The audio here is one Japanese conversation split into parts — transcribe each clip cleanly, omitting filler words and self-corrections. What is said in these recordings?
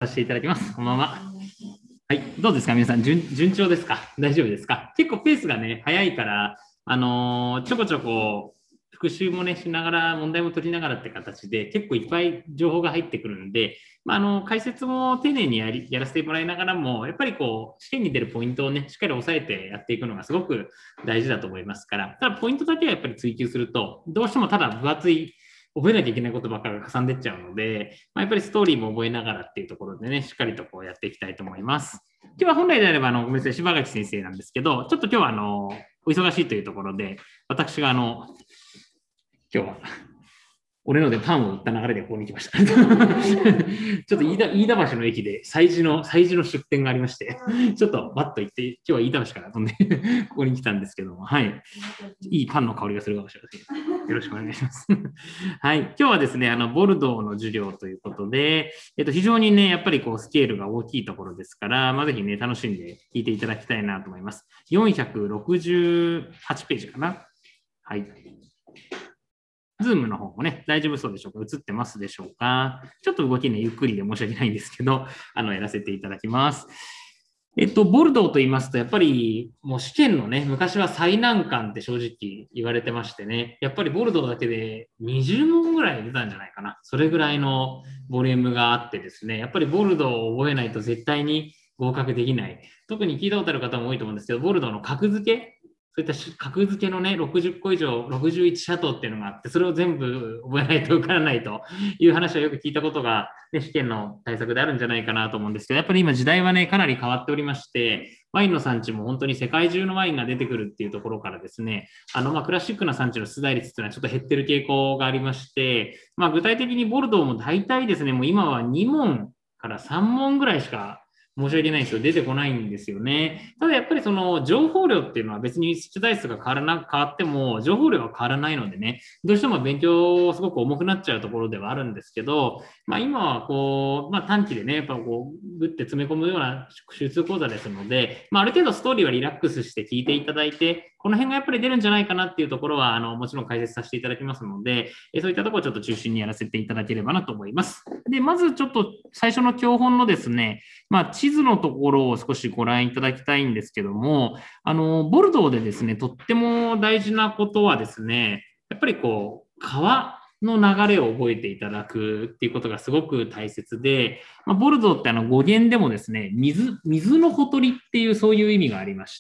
させていただきます。こんばんは。はい、どうですか皆さん、順調ですか？大丈夫ですか？結構ペースがね、早いから、ちょこちょこ復習もね、しながら、問題も取りながらって形で、結構いっぱい情報が入ってくるんで、解説も丁寧にやらせてもらいながらも、やっぱりこう、試験に出るポイントをね、しっかり押さえてやっていくのがすごく大事だと思いますから、ただポイントだけはやっぱり追求すると、どうしてもただ分厚い覚えなきゃいけないことばっかりがかさんでっちゃうので、やっぱりストーリーも覚えながらっていうところでね、しっかりとこうやっていきたいと思います。今日は本来であれば、ごめんなさい、柴垣先生なんですけど、ちょっと今日はお忙しいというところで、私が今日は俺のでパンを売った流れでここに来ました。ちょっと飯田橋の駅で催事の出店がありまして、ちょっとバッと行って、今日は飯田橋から飛んでここに来たんですけども、はい。いいパンの香りがするかもしれません。よろしくお願いします。はい。今日はですね、ボルドーの授業ということで、非常にね、やっぱりこう、スケールが大きいところですから、ぜひね、楽しんで聞いていただきたいなと思います。468ページかな。はい。ズームの方もね、大丈夫そうでしょうか？映ってますでしょうか？ちょっと動きね、ゆっくりで申し訳ないんですけど、やらせていただきます。ボルドーと言いますと、やっぱりもう試験のね、昔は最難関って正直言われてましてね、やっぱりボルドーだけで20問ぐらい出たんじゃないかな。それぐらいのボリュームがあってですね、やっぱりボルドーを覚えないと絶対に合格できない。特に聞いたことある方も多いと思うんですけど、ボルドーの格付け、そういった格付けのね、60個以上、61シャトーっていうのがあって、それを全部覚えないと受からないという話はよく聞いたことが、ね、試験の対策であるんじゃないかなと思うんですけど、やっぱり今時代はね、かなり変わっておりまして、ワインの産地も本当に世界中のワインが出てくるっていうところからですね、クラシックな産地の出題率っていうのはちょっと減ってる傾向がありまして、具体的にボルドーも大体ですね、もう今は2問から3問ぐらいしか申し訳ないんですけど、出てこないんですよね。ただやっぱりその情報量っていうのは別に出題数が変わっても、情報量は変わらないのでね、どうしても勉強すごく重くなっちゃうところではあるんですけど、今はこう、短期でね、やっぱこう、ぐって詰め込むような集通講座ですので、ある程度ストーリーはリラックスして聞いていただいて、この辺がやっぱり出るんじゃないかなっていうところは、もちろん解説させていただきますので、そういったところをちょっと中心にやらせていただければなと思います。で、まずちょっと最初の教本のですね、地図のところを少しご覧いただきたいんですけども、ボルドーでですね、とっても大事なことはですね、やっぱりこう、川の流れを覚えていただくっていうことがすごく大切で、ボルドーって語源でもですね、水のほとりっていうそういう意味がありまして、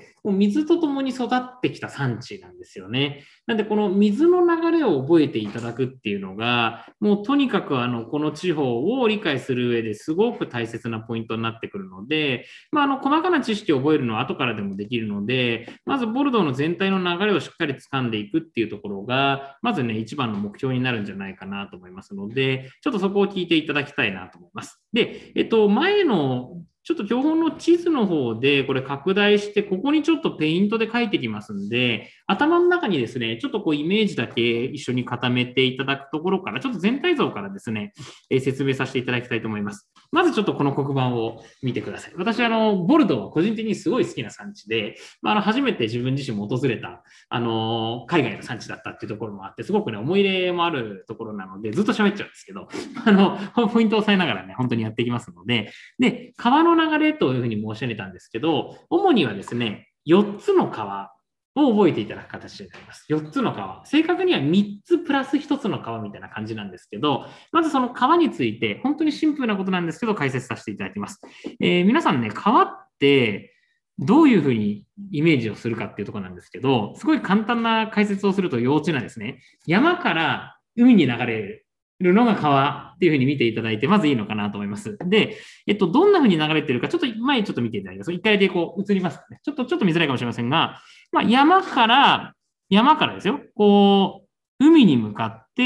もう水とともに育ってきた産地なんですよね。なんでこの水の流れを覚えていただくっていうのが、もうとにかくこの地方を理解する上ですごく大切なポイントになってくるので、細かな知識を覚えるのは後からでもできるので、まずボルドーの全体の流れをしっかり掴んでいくっていうところが、まずね、一番の目標になるんじゃないかなと思いますので、ちょっとそこを聞いていただきたいなと思います。で、前のちょっと教本の地図の方でこれ拡大して、ここにちょっとペイントで書いてきますんで、頭の中にですね、ちょっとこうイメージだけ一緒に固めていただくところから、ちょっと全体像からですね、説明させていただきたいと思います。まずちょっとこの黒板を見てください。私、ボルドーは個人的にすごい好きな産地で、初めて自分自身も訪れた、海外の産地だったっていうところもあって、すごくね、思い入れもあるところなので、ずっと喋っちゃうんですけど、ポイントを押さえながらね、本当にやっていきますので、で、川の流れというふうに申し上げたんですけど、主にはですね、4つの川を覚えていただく形になります。4つの川。正確には3つプラス1つの川みたいな感じなんですけど、まずその川について、本当にシンプルなことなんですけど、解説させていただきます。皆さんね、川ってどういうふうにイメージをするかっていうところなんですけど、すごい簡単な解説をすると幼稚なですね、山から海に流れるのが川っていうふうに見ていただいて、まずいいのかなと思います。で、どんなふうに流れてるか、ちょっと前ちょっと見ていただきます。一回でこう映りますかね。ちょっと見づらいかもしれませんが、山からですよ。こう、海に向かって、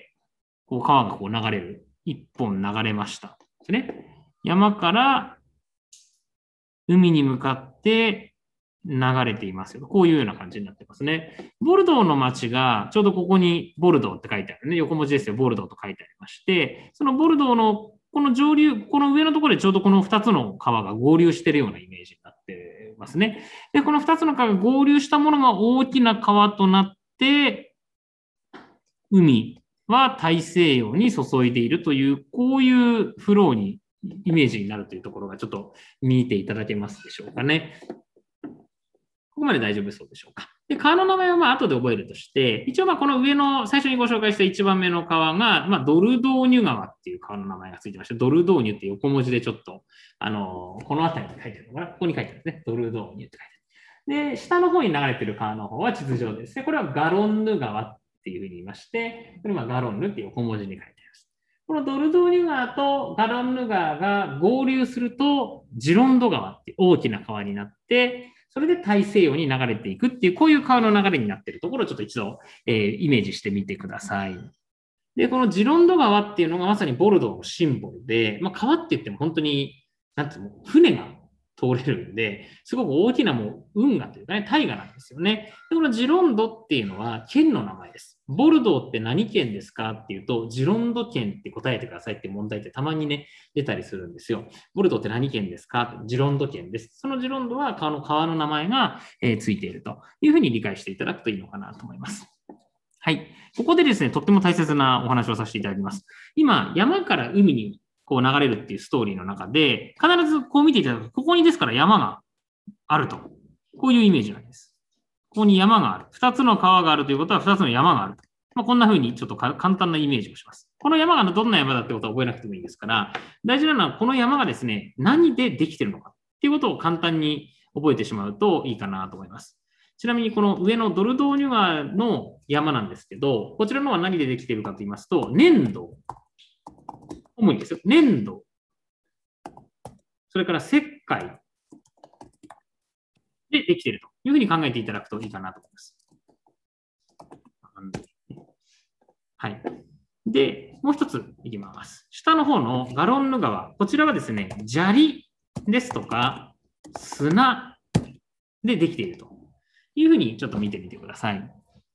こう川がこう流れる。一本流れました。ですね。山から海に向かって流れていますよ。こういうような感じになってますね。ボルドーの町が、ちょうどここにボルドーって書いてあるね。横文字ですよ。ボルドーと書いてありまして、そのボルドーのこの上流、この上のところでちょうどこの2つの川が合流しているようなイメージになってますね。で、この2つの川が合流したものが大きな川となって、海は大西洋に注いでいるという、こういうフローにイメージになるというところがちょっと見ていただけますでしょうかね。ここまで大丈夫そうでしょうか。で、川の名前は後で覚えるとして、一応この上の最初にご紹介した1番目の川が、ドルドーニュ川っていう川の名前がついてまして、ドルドーニュって横文字でちょっと、この辺りに書いてあるのかな、ここに書いてあるんですね。ドルドーニュって書いてある。で、下の方に流れてる川の方は地図上ですね。これはガロンヌ川っていうふうに言いまして、これはガロンヌっていう横文字に書いてあります。このドルドーニュ川とガロンヌ川が合流すると、ジロンド川っていう大きな川になって、それで大西洋に流れていくっていう、こういう川の流れになっているところをちょっと一度、イメージしてみてください。で、このジロンド川っていうのがまさにボルドーのシンボルで、川って言っても本当に、なんていうの、船が通れるんで、すごく大きなもう運河というかね、大河なんですよね。で、このジロンドっていうのは県の名前です。ボルドーって何県ですかっていうと、ジロンド県って答えてくださいって問題ってたまにね、出たりするんですよ。ボルドーって何県ですか？ジロンド県です。そのジロンドは川の名前がついているというふうに理解していただくといいのかなと思います。はい。ここでですね、とっても大切なお話をさせていただきます。今、山から海にこう流れるっていうストーリーの中で、必ずこう見ていただくと、ここにですから山があると。こういうイメージなんです。ここに山がある。2つの川があるということは2つの山があると。こんな風にちょっと簡単なイメージをします。この山がどんな山だってことは覚えなくてもいいですから、大事なのはこの山がですね、何でできているのかっていうことを簡単に覚えてしまうといいかなと思います。ちなみにこの上のドルドーニュ川の山なんですけど、こちらのは何でできているかと言いますと、粘土。主にですよ。粘土。それから石灰でできているというふうに考えていただくといいかなと思います。はい。で、もう一ついきます。下の方のガロンヌ川。こちらはですね、砂利ですとか砂でできているというふうにちょっと見てみてください。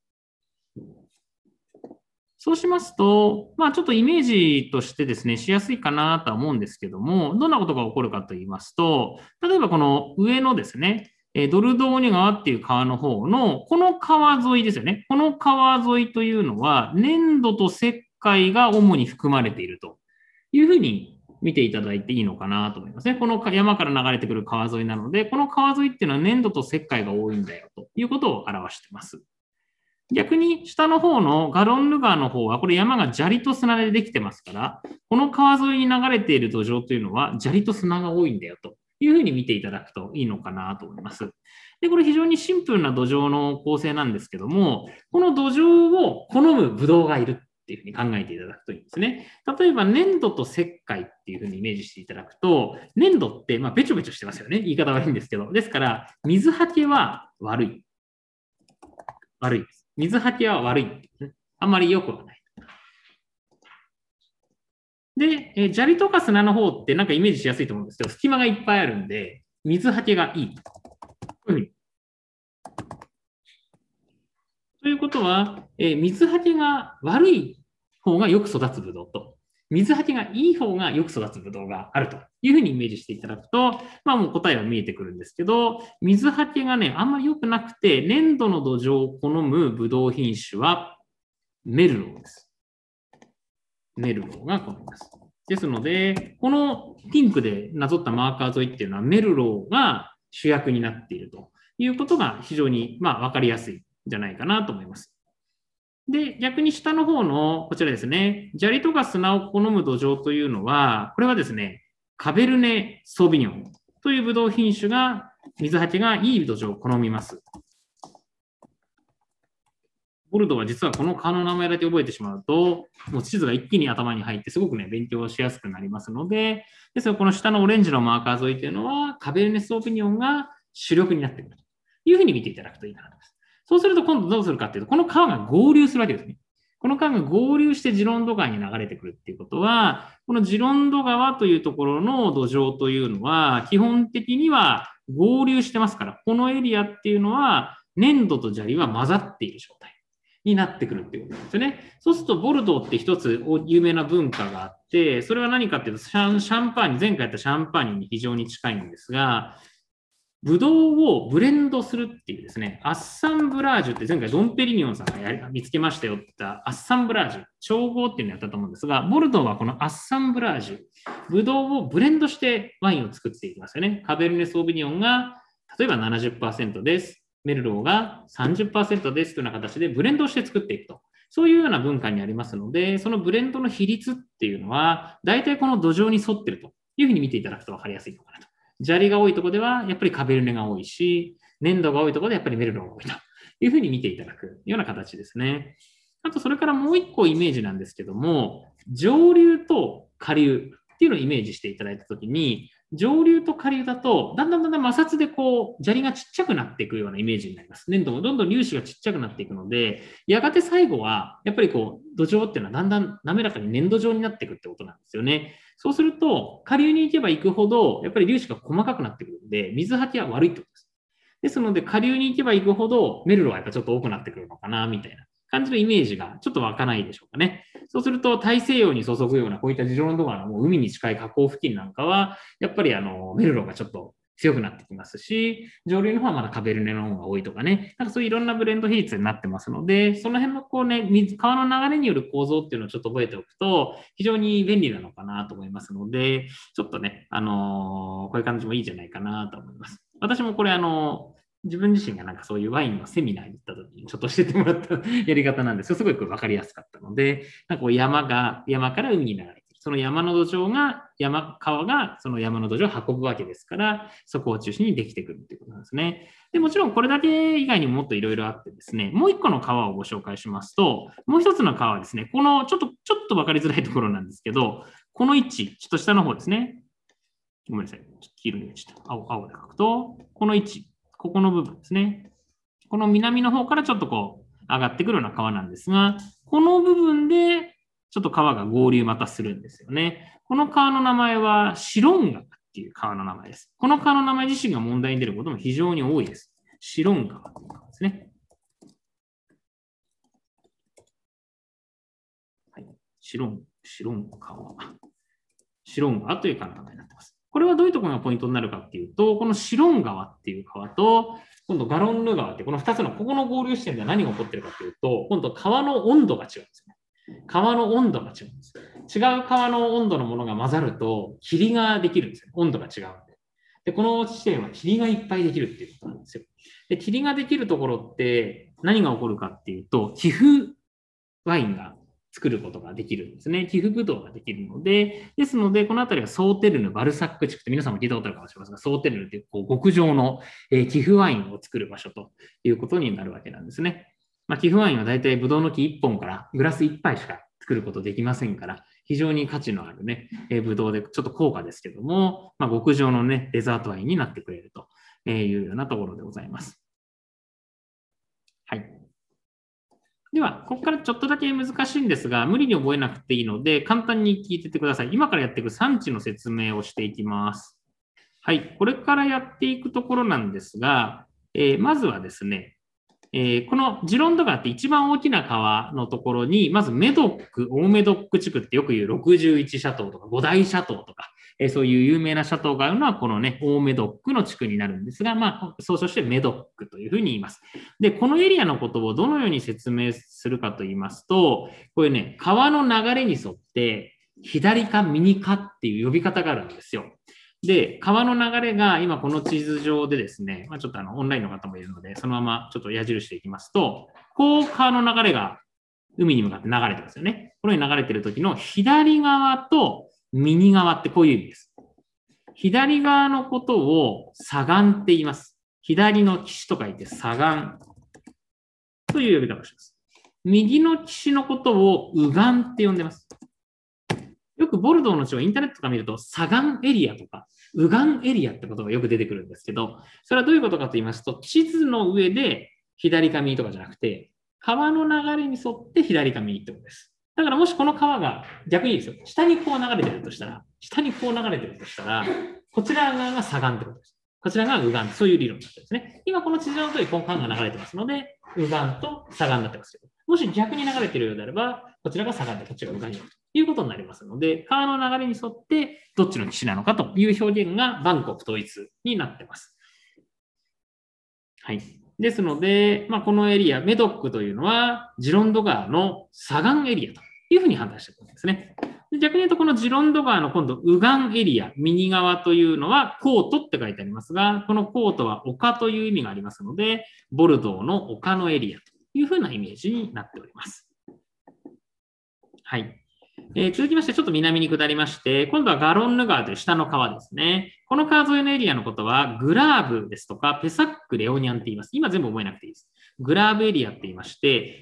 そうしますと、ちょっとイメージとしてですね、しやすいかなとは思うんですけども、どんなことが起こるかと言いますと、例えばこの上のですね、ドルドーニュ川っていう川の方の、この川沿いですよね。この川沿いというのは、粘土と石灰が主に含まれているというふうに見ていただいていいのかなと思いますね。この山から流れてくる川沿いなので、この川沿いっていうのは粘土と石灰が多いんだよということを表しています。逆に下の方のガロンヌ川の方は、これ山が砂利と砂でできてますから、この川沿いに流れている土壌というのは砂利と砂が多いんだよというふうに見ていただくといいのかなと思います。で、これ非常にシンプルな土壌の構成なんですけども、この土壌を好むブドウがいるっていうふうに考えていただくといいんですね。例えば粘土と石灰っていうふうにイメージしていただくと、粘土ってベチョベチョしてますよね。言い方悪いんですけど。ですから、水はけは悪い。悪いです。水はけは悪い。あんまり良くはない。で、砂利とか砂の方ってなんかイメージしやすいと思うんですけど、隙間がいっぱいあるんで、水はけがいい。こういうふうに。ということは、水はけが悪い方がよく育つブドウと、水はけがいい方がよく育つブドウがあるというふうにイメージしていただくと、もう答えは見えてくるんですけど、水はけがね、あんまり良くなくて、粘土の土壌を好むブドウ品種はメルローです。メルローが好みます。ですので、このピンクでなぞったマーカー沿いっていうのはメルローが主役になっているということが非常に分かりやすいんじゃないかなと思います。で、逆に下の方のこちらですね、砂利とか砂を好む土壌というのは、これはですね、カベルネ・ソービニョンというブドウ品種が水はけがいい土壌を好みます。ボルドーは実はこの川の名前だけ覚えてしまうと、もう地図が一気に頭に入って、すごくね、勉強しやすくなりますので、ですからこの下のオレンジのマーカー沿いというのは、カベルネ・ソービニョンが主力になってくるというふうに見ていただくといいかなと思います。そうすると今度どうするかっていうと、この川が合流するわけですね。この川が合流してジロンド川に流れてくるっていうことは、このジロンド川というところの土壌というのは、基本的には合流してますから、このエリアっていうのは、粘土と砂利は混ざっている状態になってくるっていうことなんですよね。そうすると、ボルドーって一つ有名な文化があって、それは何かっていうと、シャンパーニュ、前回やったシャンパーニュに非常に近いんですが、 ブドウをブレンドするっていうですね、アッサンブラージュって前回ドンペリニオンさんが見つけましたよって言ったアッサンブラージュ、調合っていうのをやったと思うんですが、ボルドーはこのアッサンブラージュ、ブドウをブレンドしてワインを作っていきますよね。カベルネ・ソービニオンが例えば 70% です。メルローが 30% ですというような形でブレンドして作っていくと。そういうような文化にありますので、そのブレンドの比率っていうのは、大体この土壌に沿っているというふうに見ていただくと分かりやすいのかなと。砂利が多いところでは、やっぱりカベルネが多いし、粘土が多いところでやっぱりメルローが多いというふうに見ていただくような形ですね。あと、それからもう一個イメージなんですけども、上流と下流っていうのをイメージしていただいたときに、上流と下流だと、だんだん摩擦でこう、砂利がちっちゃくなっていくようなイメージになります。粘土もどんどん粒子がちっちゃくなっていくので、やがて最後は、やっぱりこう、土壌っていうのはだんだん滑らかに粘土状になっていくってことなんですよね。そうすると、下流に行けば行くほど、やっぱり粒子が細かくなってくるので、水はけは悪いってことです。ですので、下流に行けば行くほど、メルロはやっぱちょっと多くなってくるのかな、みたいな感じのイメージがちょっと湧かないでしょうかね。そうすると、大西洋に注ぐような、こういったジロンド川のもう海に近い河口付近なんかは、やっぱりメルロがちょっと強くなってきますし、上流の方はまだカベルネの方が多いとかね、なんかそういういろんなブレンド比率になってますので、その辺のこうね、川の流れによる構造っていうのをちょっと覚えておくと、非常に便利なのかなと思いますので、ちょっとね、こういう感じもいいんじゃないかなと思います。私もこれ自分自身がなんかそういうワインのセミナーに行った時にちょっと教えてもらったやり方なんですよ。すごく分かりやすかったので、なんかこう山から海に流れている。その山の土壌が、川がその山の土壌を運ぶわけですから、そこを中心にできてくるということなんですね。でもちろんこれだけ以外にももっといろいろあってですね、もう一個の川をご紹介しますと、もう一つの川はですね、このちょっと分かりづらいところなんですけど、この位置、ちょっと下の方ですね。ごめんなさい。ちょっと黄色にした。青で書くと、この位置。ここの部分ですね。この南の方からちょっとこう上がってくるような川なんですが、この部分でちょっと川が合流またするんですよね。この川の名前はシロン川っていう川の名前です。この川の名前自身が問題に出ることも非常に多いです。シロン川という川ですね。はい、シロン川。シロン川という川の名前になっています。これはどういうところがポイントになるかっていうと、このシロン川っていう川と、今度ガロンヌ川ってこの2つのここの合流地点では何が起こってるかというと、今度川の温度が違うんですよね。川の温度が違うんです。違う川の温度のものが混ざると霧ができるんですよ。温度が違うんで。で、この地点は霧がいっぱいできるっていうことなんですよ。で、霧ができるところって何が起こるかっていうと、寄付ワインが作ることができるんですね。寄付ブドウができるので、ですので、この辺りはソーテルヌ、バルサック地区って皆さんも聞いたことあるかもしれませんが、ソーテルヌっていうこう極上の寄付ワインを作る場所ということになるわけなんですね。寄付ワインは大体ブドウの木1本からグラス1杯しか作ることできませんから、非常に価値のあるね、ブドウでちょっと高価ですけども、極上のね、デザートワインになってくれるというようなところでございます。はい。では、ここからちょっとだけ難しいんですが、無理に覚えなくていいので、簡単に聞いててください。今からやっていく産地の説明をしていきます。はい、これからやっていくところなんですが、まずはですね、このジロンド川って一番大きな川のところに、まずメドック、大メドック地区ってよく言う61シャトーとか5大シャトーとか、そういう有名なシャトーがあるのはこのね、大メドックの地区になるんですが、総称してメドックというふうに言います。で、このエリアのことをどのように説明するかと言いますと、これね、川の流れに沿って、左か右かっていう呼び方があるんですよ。で、川の流れが今この地図上でですね、ちょっとオンラインの方もいるので、そのままちょっと矢印でいきますと、こう川の流れが海に向かって流れてますよね。このように流れてる時の左側と右側ってこういう意味です。左側のことを左岸って言います。左の岸と書いて左岸という呼び方をします。右の岸のことを右岸って呼んでます。よくボルドーの地をインターネットとか見ると、左岸エリアとか、右岸エリアってことがよく出てくるんですけど、それはどういうことかと言いますと、地図の上で左か右とかじゃなくて、川の流れに沿って左か右ってことです。だからもしこの川が逆にですよ、下にこう流れてるとしたら、こちら側が左岸ってことです。こちらが右岸、そういう理論になってるんですね。今この地上の通り、この川が流れてますので、右岸と左岸になってますけど、もし逆に流れているようであれば、こちらが左岸でこっちが右岸になるということになりますので、川の流れに沿ってどっちの岸なのかという表現が万国統一になっています。 はい。ですので、このエリア、メドックというのは、ジロンド川の左岸エリアというふうに判断しているんですね。で逆に言うと、このジロンド川の今度、右岸エリア、右側というのは、コートって書いてありますが、このコートは丘という意味がありますので、ボルドーの丘のエリアというふうなイメージになっております。はい。続きまして、ちょっと南に下りまして、今度はガロンヌ川という下の川ですね。この川沿いのエリアのことは、グラーブですとか、ペサック・レオニャンって言います。今全部覚えなくていいです。グラーブエリアって言いまして、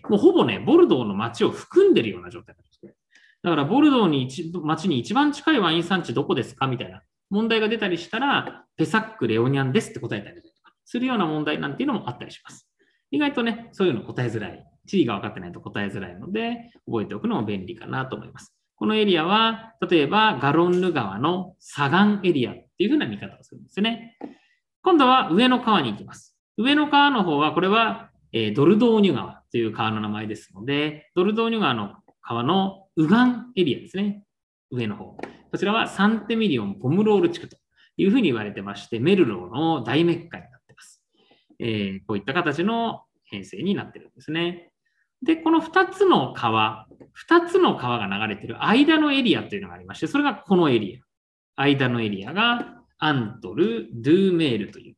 もうほぼね、ボルドーの街を含んでるような状態なんです。だから、ボルドーに街に一番近いワイン産地どこですかみたいな問題が出たりしたら、ペサック・レオニャンですって答えたりとかするような問題なんていうのもあったりします。意外とね、そういうの答えづらい。地理が分かってないと答えづらいので、覚えておくのも便利かなと思います。このエリアは、例えばガロンヌ川の左岸エリアっていうふうな見方をするんですね。今度は上の川に行きます。上の川の方は、これは、ドルドーニュ川という川の名前ですので、ドルドーニュ川の川の右岸エリアですね。上の方。こちらはサンテミリオン・ポムロール地区というふうに言われてまして、メルローの大メッカになっています。こういった形の編成になっているんですね。で、この2つの川が流れている間のエリアというのがありまして、それがこのエリア。間のエリアがアントル・ドゥーメールといって、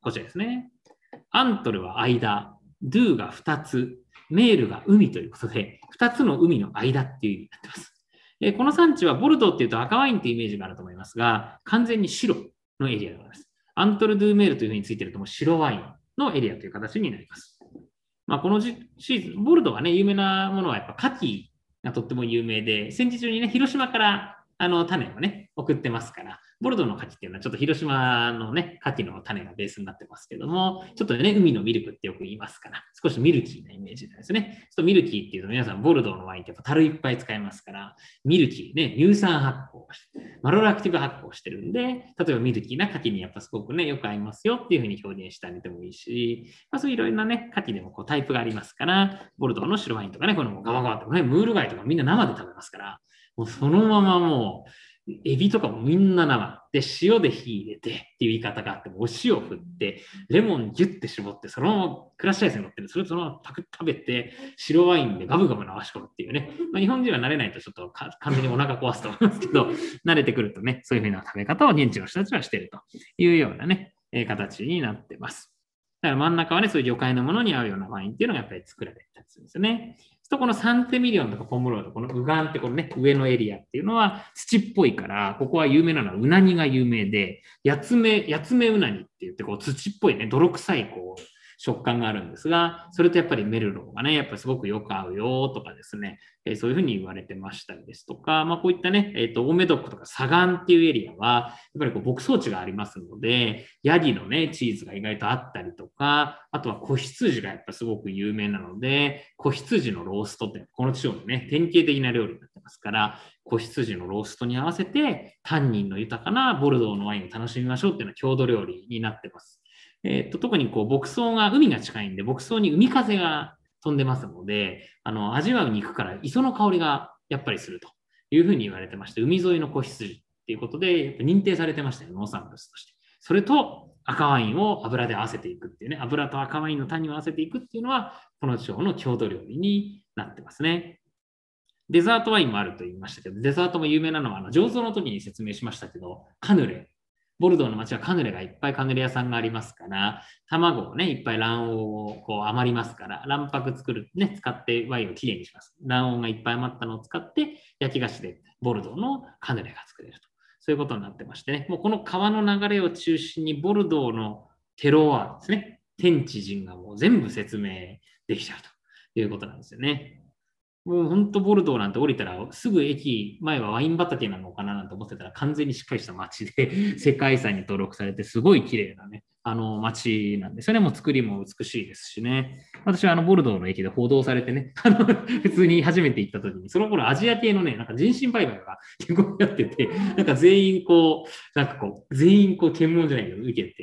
こちらですね。アントルは間、ドゥが2つ、メールが海ということで、2つの海の間っていう意味になっています。この産地はボルドーっていうと赤ワインっていうイメージがあると思いますが、完全に白のエリアでございます。アントル・ドゥーメールというふうについているともう白ワインのエリアという形になります。このシーズン、ボルドーがね、有名なものはやっぱ牡蠣がとっても有名で、戦時中にね、広島から種をね、送ってますから、ボルドーの牡蠣っていうのはちょっと広島のね、牡蠣の種がベースになってますけども、ちょっとね、海のミルクってよく言いますから、少しミルキーなイメージですね。ちょっとミルキーっていうと皆さん、ボルドーのワインってやっぱ樽いっぱい使いますから、ミルキーね、乳酸発酵して、マロラクティブ発酵してるんで、例えばミルキーな牡蠣にやっぱすごくね、よく合いますよっていうふうに表現してあげてもいいし、そういういろいろなね、牡蠣でもこうタイプがありますから、ボルドーの白ワインとかね、このガバガバとかね、ムール貝とかみんな生で食べますから、もうそのままもう、エビとかもみんな生で塩で火入れてっていう言い方があって、お塩振ってレモンギュッて絞ってそのままクラッシュアイスに乗ってる、それそのままパクッと食べて白ワインでガブガブ流し込むっていうね、日本人は慣れないとちょっと完全にお腹壊すと思いますけど、慣れてくるとね、そういうふうな食べ方を現地の人たちはしているというようなね、形になってます。だから真ん中はね、そういう魚介のものに合うようなワインっていうのがやっぱり作られたりするんですよね。このサンテミリオンとかポムローとこの右岸ってこのね、上のエリアっていうのは土っぽいから、ここは有名なのはうなぎが有名で、やつめうなぎって言ってこう土っぽいね、泥臭いこう食感があるんですが、それとやっぱりメルローがね、やっぱりすごくよく合うよとかですね、そういうふうに言われてましたりですとか、こういったね、オメドックとかサガンっていうエリアは、やっぱりこう牧草地がありますので、ヤギのね、チーズが意外とあったりとか、あとは子羊がやっぱすごく有名なので、子羊のローストって、この地方のね、典型的な料理になってますから、子羊のローストに合わせて、タンニンの豊かなボルドーのワインを楽しみましょうっていうのは郷土料理になってます。特にこう牧草が海が近いんで、牧草に海風が飛んでますので、味わう肉から磯の香りがやっぱりするというふうに言われてまして、海沿いの子羊っていうことで認定されてましたよ、農産物として。それと赤ワインを油で合わせていくっていうね、油と赤ワインの種を合わせていくっていうのは、この地方の郷土料理になってますね。デザートワインもあると言いましたけど、デザートも有名なのは、醸造の時に説明しましたけど、カヌレ。ボルドーの街はカヌレがいっぱいカヌレ屋さんがありますから、卵をね、いっぱい卵黄をこう余りますから、卵白作る、ね、使ってワインをきれいにします。卵黄がいっぱい余ったのを使って焼き菓子でボルドーのカヌレが作れると。そういうことになってましてね、もうこの川の流れを中心にボルドーのテロワーですね、天地人がもう全部説明できちゃうということなんですよね。もう本当ボルドーなんて降りたらすぐ駅前はワイン畑なのかななんて思ってたら完全にしっかりした街で世界遺産に登録されてすごい綺麗なね、街なんですよね。もう作りも美しいですしね。私はボルドーの駅で報道されてね、普通に初めて行った時に、その頃アジア系のね、なんか人身売買が結構やってて、なんか全員こう、全員こう検問じゃないけど受けて、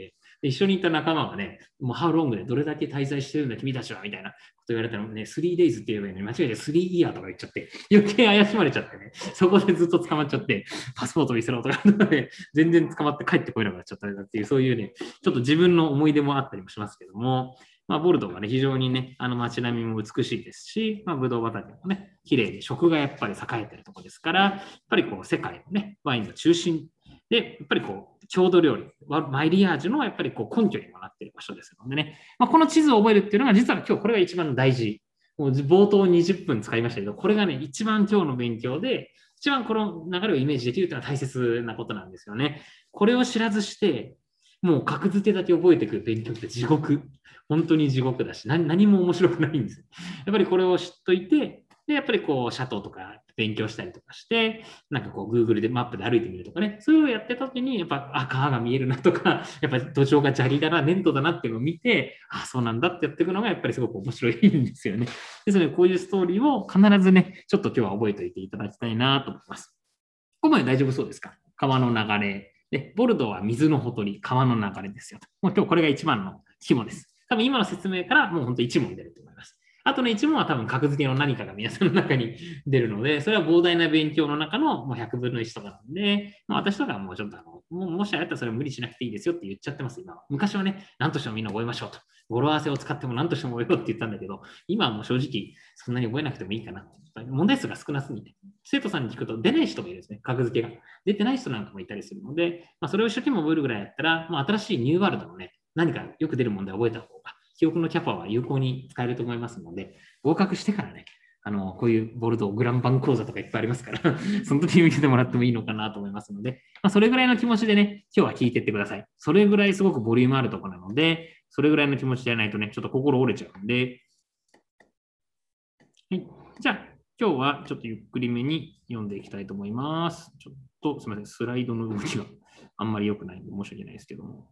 で一緒にいた仲間がね、もうハウロングでどれだけ滞在してるんだ君たちはみたいなこと言われたらね、3days って言えばいいのに間違えて3 year とか言っちゃって、余計怪しまれちゃってね、そこでずっと捕まっちゃって、パスポート見せろとかね、全然捕まって帰ってこれなくなっちゃったっていう、そういうね、ちょっと自分の思い出もあったりもしますけども、ボルドーはね、非常にね、街並みも美しいですし、ブドウ畑もね、綺麗で食がやっぱり栄えてるところですから、やっぱりこう、世界のね、ワインの中心で、やっぱりこう、郷土料理、マイリアージュのやっぱりこう根拠にもなっている場所ですのでね、この地図を覚えるっていうのが、実は今日これが一番大事。もう冒頭20分使いましたけど、これがね、一番今日の勉強で、一番この流れをイメージできるというのは大切なことなんですよね。これを知らずして、もう格付けだけ覚えていく勉強って地獄。本当に地獄だし、何も面白くないんですよ。やっぱりこれを知っといて、で、やっぱりこう、シャトーとか勉強したりとかして、なんかこう、Google でマップで歩いてみるとかね、そういうのをやってた時に、やっぱ、川が見えるなとか、やっぱり土壌が砂利だな、粘土だなっていうのを見て、そうなんだってやっていくのが、やっぱりすごく面白いんですよね。ですので、こういうストーリーを必ずね、ちょっと今日は覚えておいていただきたいなと思います。ここまで大丈夫そうですか？川の流れ。で、ボルドーは水のほとり、川の流れですよと。もう今日これが一番の肝です。多分今の説明からもう本当一問出ると思います。あとの一問は多分格付けの何かが皆さんの中に出るので、それは膨大な勉強の中のもう100分の1とかなんで、私とかはもうちょっともしあれだったらそれは無理しなくていいですよって言っちゃってます、今は。昔はね、何としてもみんな覚えましょうと。語呂合わせを使っても何としても覚えようって言ったんだけど、今はもう正直そんなに覚えなくてもいいかな。問題数が少なすぎて。生徒さんに聞くと出ない人もいるんですね、格付けが。出てない人なんかもいたりするので、それを一生懸命覚えるぐらいやったら、新しいニューワールドのね、何かよく出る問題を覚えた方が、記憶のキャパは有効に使えると思いますので、合格してからね、こういうボルドーグランバン講座とかいっぱいありますから、その時に見ててもらってもいいのかなと思いますので、それぐらいの気持ちでね、今日は聞いてってください。それぐらいすごくボリュームあるところなので、それぐらいの気持ちでやらないとね、ちょっと心折れちゃうんで、はい。じゃあ、今日はちょっとゆっくりめに読んでいきたいと思います。ちょっとすみません、スライドの動きがあんまり良くないので申し訳ないですけども。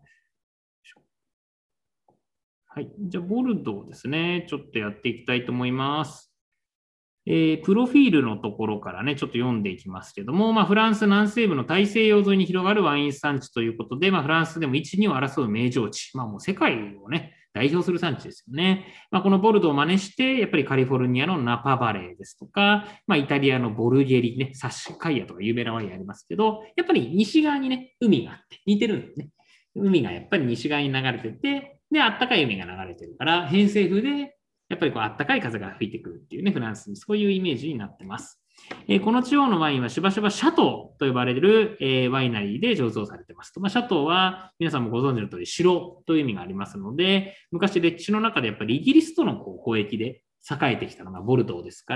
はい。じゃあ、ボルドーですね。ちょっとやっていきたいと思います。プロフィールのところからね、ちょっと読んでいきますけども、フランス南西部の大西洋沿いに広がるワイン産地ということで、フランスでも1、2を争う名城地、もう世界をね、代表する産地ですよね。このボルドーを真似して、やっぱりカリフォルニアのナパバレーですとか、イタリアのボルゲリね、サッシカイアとか有名なワインありますけど、やっぱり西側にね、海があって似てるんですね。海がやっぱり西側に流れてて、で、あったかい海が流れてるから、偏西風でやっぱりこうあったかい風が吹いてくるっていうね、フランスにそういうイメージになってます。この地方のワインはしばしばシャトーと呼ばれる、ワイナリーで醸造されていますと。シャトーは皆さんもご存知の通り城という意味がありますので、昔歴史の中でやっぱりイギリスとの交易で栄えてきたのがボルドーですから、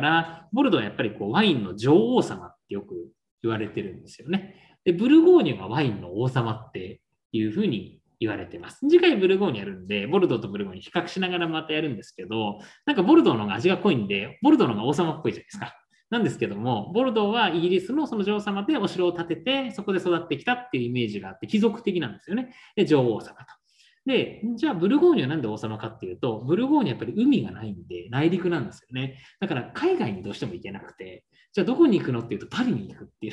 ボルドーはやっぱりこうワインの女王様ってよく言われてるんですよね。で、ブルゴーニュがワインの王様っていうふうに言われてます。次回ブルゴーニュやるんで、ボルドーとブルゴーニュ比較しながらまたやるんですけど、なんかボルドーの方が味が濃いんで、ボルドーの方が王様っぽいじゃないですか。なんですけども、ボルドーはイギリスのその女王様でお城を建てて、そこで育ってきたっていうイメージがあって、貴族的なんですよね。で、女王様と。で、じゃあブルゴーニュはなんで王様かっていうと、ブルゴーニュはやっぱり海がないんで、内陸なんですよね。だから海外にどうしても行けなくて、じゃあどこに行くのっていうとパリに行くっていう。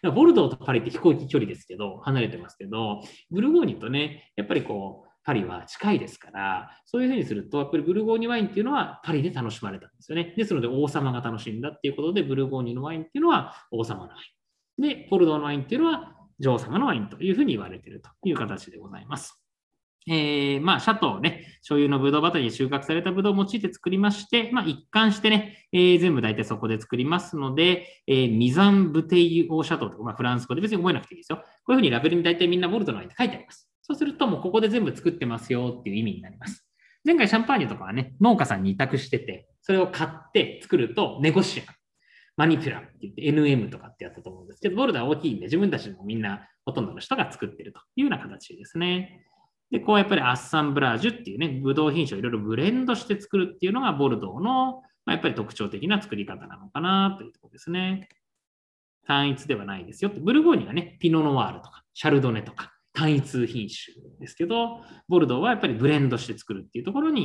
ボルドーとパリって飛行機距離ですけど、離れてますけど、ブルゴーニュとね、やっぱりこう、パリは近いですから、そういうふうにすると、やっぱりブルゴーニュワインっていうのはパリで楽しまれたんですよね。ですので、王様が楽しんだっていうことで、ブルゴーニュのワインっていうのは王様のワイン。で、ボルドーのワインっていうのは女王様のワインというふうに言われているという形でございます。シャトーね、所有のブドウ畑に収穫されたブドウを用いて作りまして、一貫してね、全部大体そこで作りますので、ミザン・ブテイユ・オー・シャトーとか、フランス語で別に覚えなくていいですよ。こういうふうにラベルに大体みんなボルドーのワインって書いてあります。そうするともうここで全部作ってますよっていう意味になります。前回シャンパーニュとかはね、農家さんに委託してて、それを買って作るとネゴシアン、マニピュラって言って NM とかってやったと思うんですけど、ボルダーは大きいんで自分たちもみんなほとんどの人が作ってるというような形ですね。で、こうやっぱりアッサンブラージュっていうね、ブドウ品種をいろいろブレンドして作るっていうのがボルドーの、やっぱり特徴的な作り方なのかなというところですね。単一ではないですよって。ブルゴーニュはね、ピノノワールとか、シャルドネとか、単一品種ですけど、ボルドーはやっぱりブレンドして作るっていうところに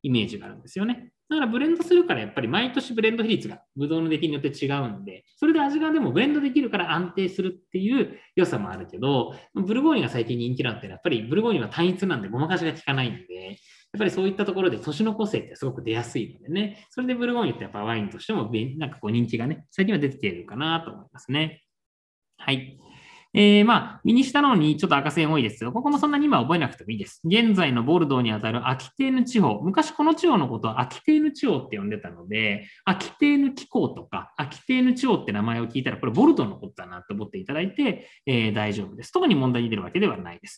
イメージがあるんですよね。だからブレンドするからやっぱり毎年ブレンド比率がブドウの出来によって違うんで、それで味がでもブレンドできるから安定するっていう良さもあるけど、ブルゴーニュが最近人気なんてやっぱりブルゴーニュは単一なんでごまかしが効かないんで、やっぱりそういったところで年の個性ってすごく出やすいのでね、それでブルゴーニュってやっぱワインとしてもなんかこう人気がね、最近は出てきているかなと思いますね。はい。まあ、右下の方にちょっと赤線多いですけど、ここもそんなに今覚えなくてもいいです。現在のボルドーにあたるアキテーヌ地方、昔この地方のことはアキテーヌ地方って呼んでたので、アキテーヌ気候とか、アキテーヌ地方って名前を聞いたら、これボルドーのことだなと思っていただいて、大丈夫です。特に問題に出るわけではないです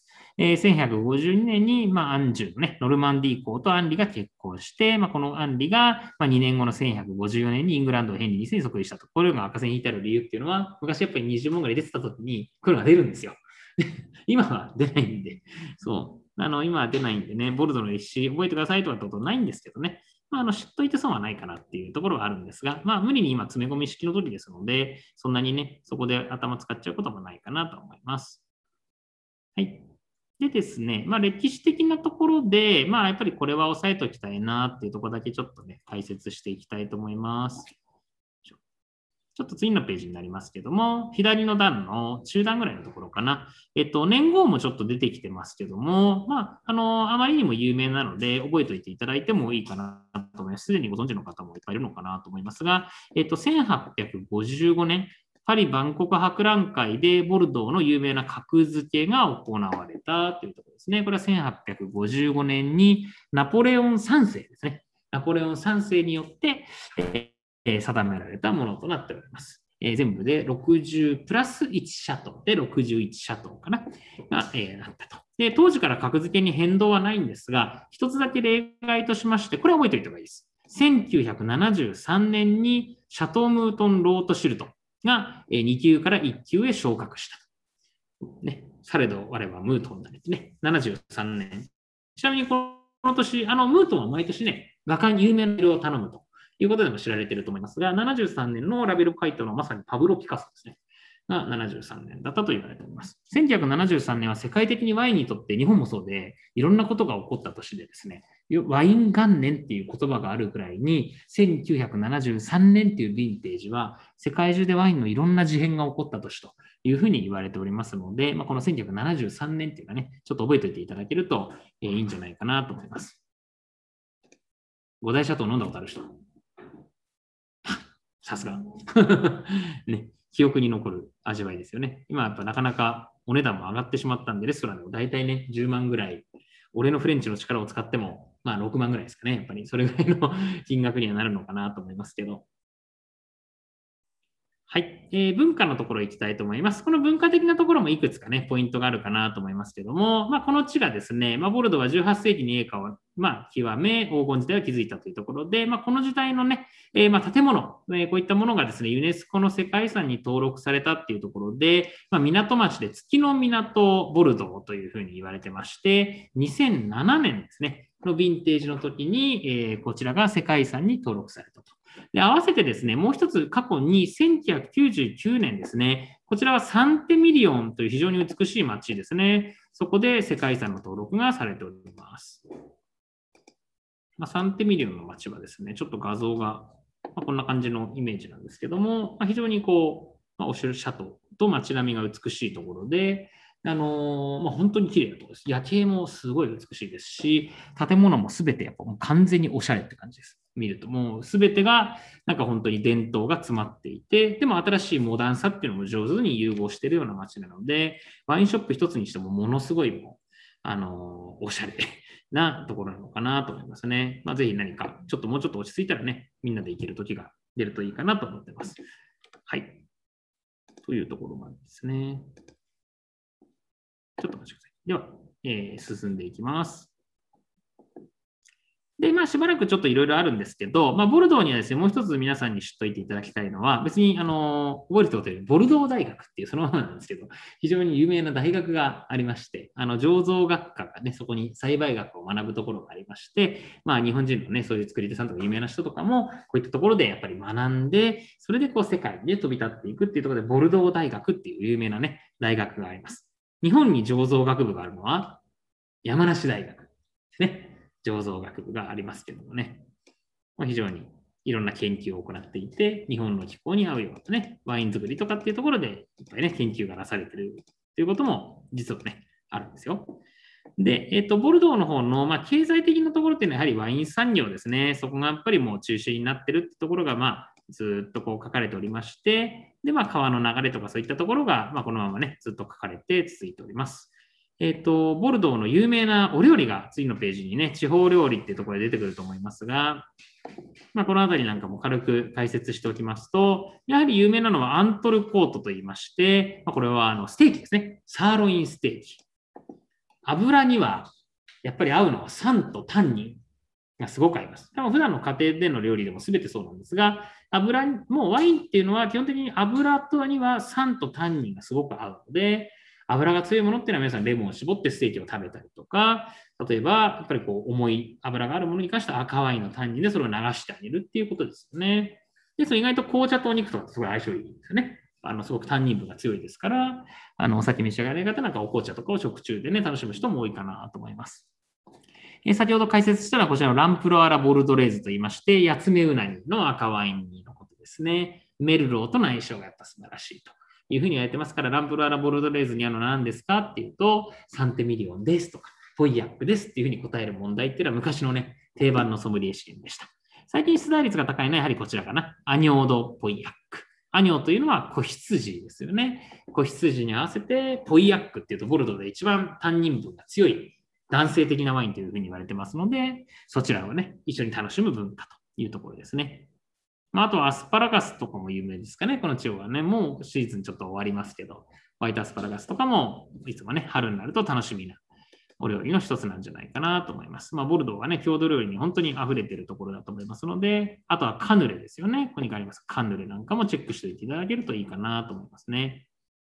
。1152年に、アンジュのね、ノルマンディー公とアンリが結婚して、このアンリが、2年後の1154年にイングランドをヘンリー2世に即位したと。これが赤線引いてある理由っていうのは、昔やっぱり20問ぐらい出てた時に、これが出るんですよ。今は出ないんで、そう。今は出ないんでね、ボルドの歴史覚えてくださいとかってことないんですけどね。知っといて損はないかなっていうところはあるんですが、無理に今詰め込み式の時ですので、そんなにね、そこで頭使っちゃうこともないかなと思います。はい。でですね、歴史的なところで、やっぱりこれは押さえておきたいなっていうところだけちょっとね、解説していきたいと思います。ちょっと次のページになりますけども、左の段の中段ぐらいのところかな。年号もちょっと出てきてますけども、あまりにも有名なので、覚えておいていただいてもいいかなと思います。すでにご存知の方もいっぱいいるのかなと思いますが、1855年、パリ万国博覧会でボルドーの有名な格付けが行われたというところですね。これは1855年にナポレオン3世ですね。ナポレオン3世によって、定められたものとなっております。全部で60プラス1シャトルで61シャトルかなが、なったと。で、当時から格付けに変動はないんですが、一つだけ例外としまして、これ覚えておいた方がいいです。1973年にシャトームートン・ロートシルトが2級から1級へ昇格した。ね、されど我はムートンだね。73年。ちなみにこの年、ムートンは毎年ね、画家に有名な色を頼むということでも知られていると思いますが、73年のラベル書いたのはまさにパブロ・ピカソですね。が73年だったと言われております。1973年は世界的にワインにとって日本もそうでいろんなことが起こった年でですね、ワイン元年っていう言葉があるくらいに1973年っていうヴィンテージは世界中でワインのいろんな事変が起こった年というふうに言われておりますので、この1973年っていうのはね、ちょっと覚えておいていただけるといいんじゃないかなと思います。五大シャトー飲んだことある人さすが。ね、記憶に残る味わいですよね。今やっぱなかなかお値段も上がってしまったんで、レストランでも大体ね、10万ぐらい、俺のフレンチの力を使っても、6万ぐらいですかね。やっぱりそれぐらいの金額にはなるのかなと思いますけど。はい、文化のところ行きたいと思います。この文化的なところもいくつかね、ポイントがあるかなと思いますけども、この地がですね、ボルドーは18世紀に栄華を、極め、黄金時代を築いたというところで、この時代のね、建物、こういったものがですね、ユネスコの世界遺産に登録されたっていうところで、港町で月の港ボルドーというふうに言われてまして、2007年ですね、のヴィンテージの時に、こちらが世界遺産に登録されたと。で、合わせてですね、もう一つ過去に1999年ですね、こちらはサンテミリオンという非常に美しい街ですね。そこで世界遺産の登録がされております。サンテミリオンの街はですね、ちょっと画像が、こんな感じのイメージなんですけども、非常にこう、お城、シャトーと街並みが美しいところで、本当に綺麗なところです。夜景もすごい美しいですし、建物もすべてやっぱもう完全におしゃれって感じです。見るともうすべてがなんか本当に伝統が詰まっていて、でも新しいモダンさっていうのも上手に融合しているような街なので、ワインショップ一つにしてもものすごいもう、おしゃれなところなのかなと思いますね。ぜひ何かちょっともうちょっと落ち着いたらね、みんなで行ける時が出るといいかなと思ってます。はい。というところまでですね。ちょっとお待ちください。では、進んでいきます。で、しばらくちょっといろいろあるんですけど、ボルドーにはですね、もう一つ皆さんに知っといていただきたいのは、別に、覚えておいてボルドー大学っていうそのままなんですけど、非常に有名な大学がありまして、醸造学科がね、そこに栽培学を学ぶところがありまして、日本人のね、そういう作り手さんとか有名な人とかも、こういったところでやっぱり学んで、それでこう世界で飛び立っていくっていうところで、ボルドー大学っていう有名なね、大学があります。日本に醸造学部があるのは、山梨大学ですね。 醸造学部がありますけどもね、非常にいろんな研究を行っていて、日本の気候に合うようなね、ワイン作りとかっていうところで、いっぱいね、研究がなされているということも実はね、あるんですよ。で、ボルドーの方の、経済的なところっていうのはやはりワイン産業ですね。そこがやっぱりもう中心になってるってところが、ずっとこう書かれておりまして、で、川の流れとかそういったところが、このままね、ずっと書かれて続いております。ボルドーの有名なお料理が次のページにね、地方料理っていうところで出てくると思いますが、このあたりなんかも軽く解説しておきますと、やはり有名なのはアントルコートといいまして、これはステーキですね。サーロインステーキ。油にはやっぱり合うのは酸とタンニンがすごく合います。多分普段の家庭での料理でも全てそうなんですが、もうワインっていうのは基本的に油とには酸とタンニンがすごく合うので、油が強いものっていうのは皆さんレモンを絞ってステーキを食べたりとか、例えばやっぱりこう重い油があるものに関しては赤ワインのタンニンでそれを流してあげるっていうことですよね。で、その意外と紅茶とお肉とかってすごい相性いいんですよね。すごくタンニン分が強いですから、お酒召し上がり方なんかお紅茶とかを食中でね、楽しむ人も多いかなと思います。先ほど解説したのはこちらのランプロアラ・ボルドレーズといいまして、ヤツメウナギの赤ワインのことですね。メルローとの相性がやっぱ素晴らしいというふうに言われてますから、ランプロアラ・ボルドレーズにあるのは何ですかっていうと、サンテミリオンですとか、ポイヤックですっていうふうに答える問題っていうのは昔のね、定番のソムリエ試験でした。最近出題率が高いのはやはりこちらかな。アニョード・ポイヤック。アニョというのは子羊ですよね。子羊に合わせてポイヤックっていうとボルドーで一番タンニン分が強い男性的なワインというふうに言われてますので、そちらをね、一緒に楽しむ文化というところですね。あとはアスパラガスとかも有名ですかね。この地方はね、もうシーズンちょっと終わりますけど、ホワイトアスパラガスとかもいつもね、春になると楽しみなお料理の一つなんじゃないかなと思います。ボルドーはね、郷土料理に本当に溢れているところだと思いますので、あとはカヌレですよね。ここにありますカヌレなんかもチェックしておいていただけるといいかなと思いますね。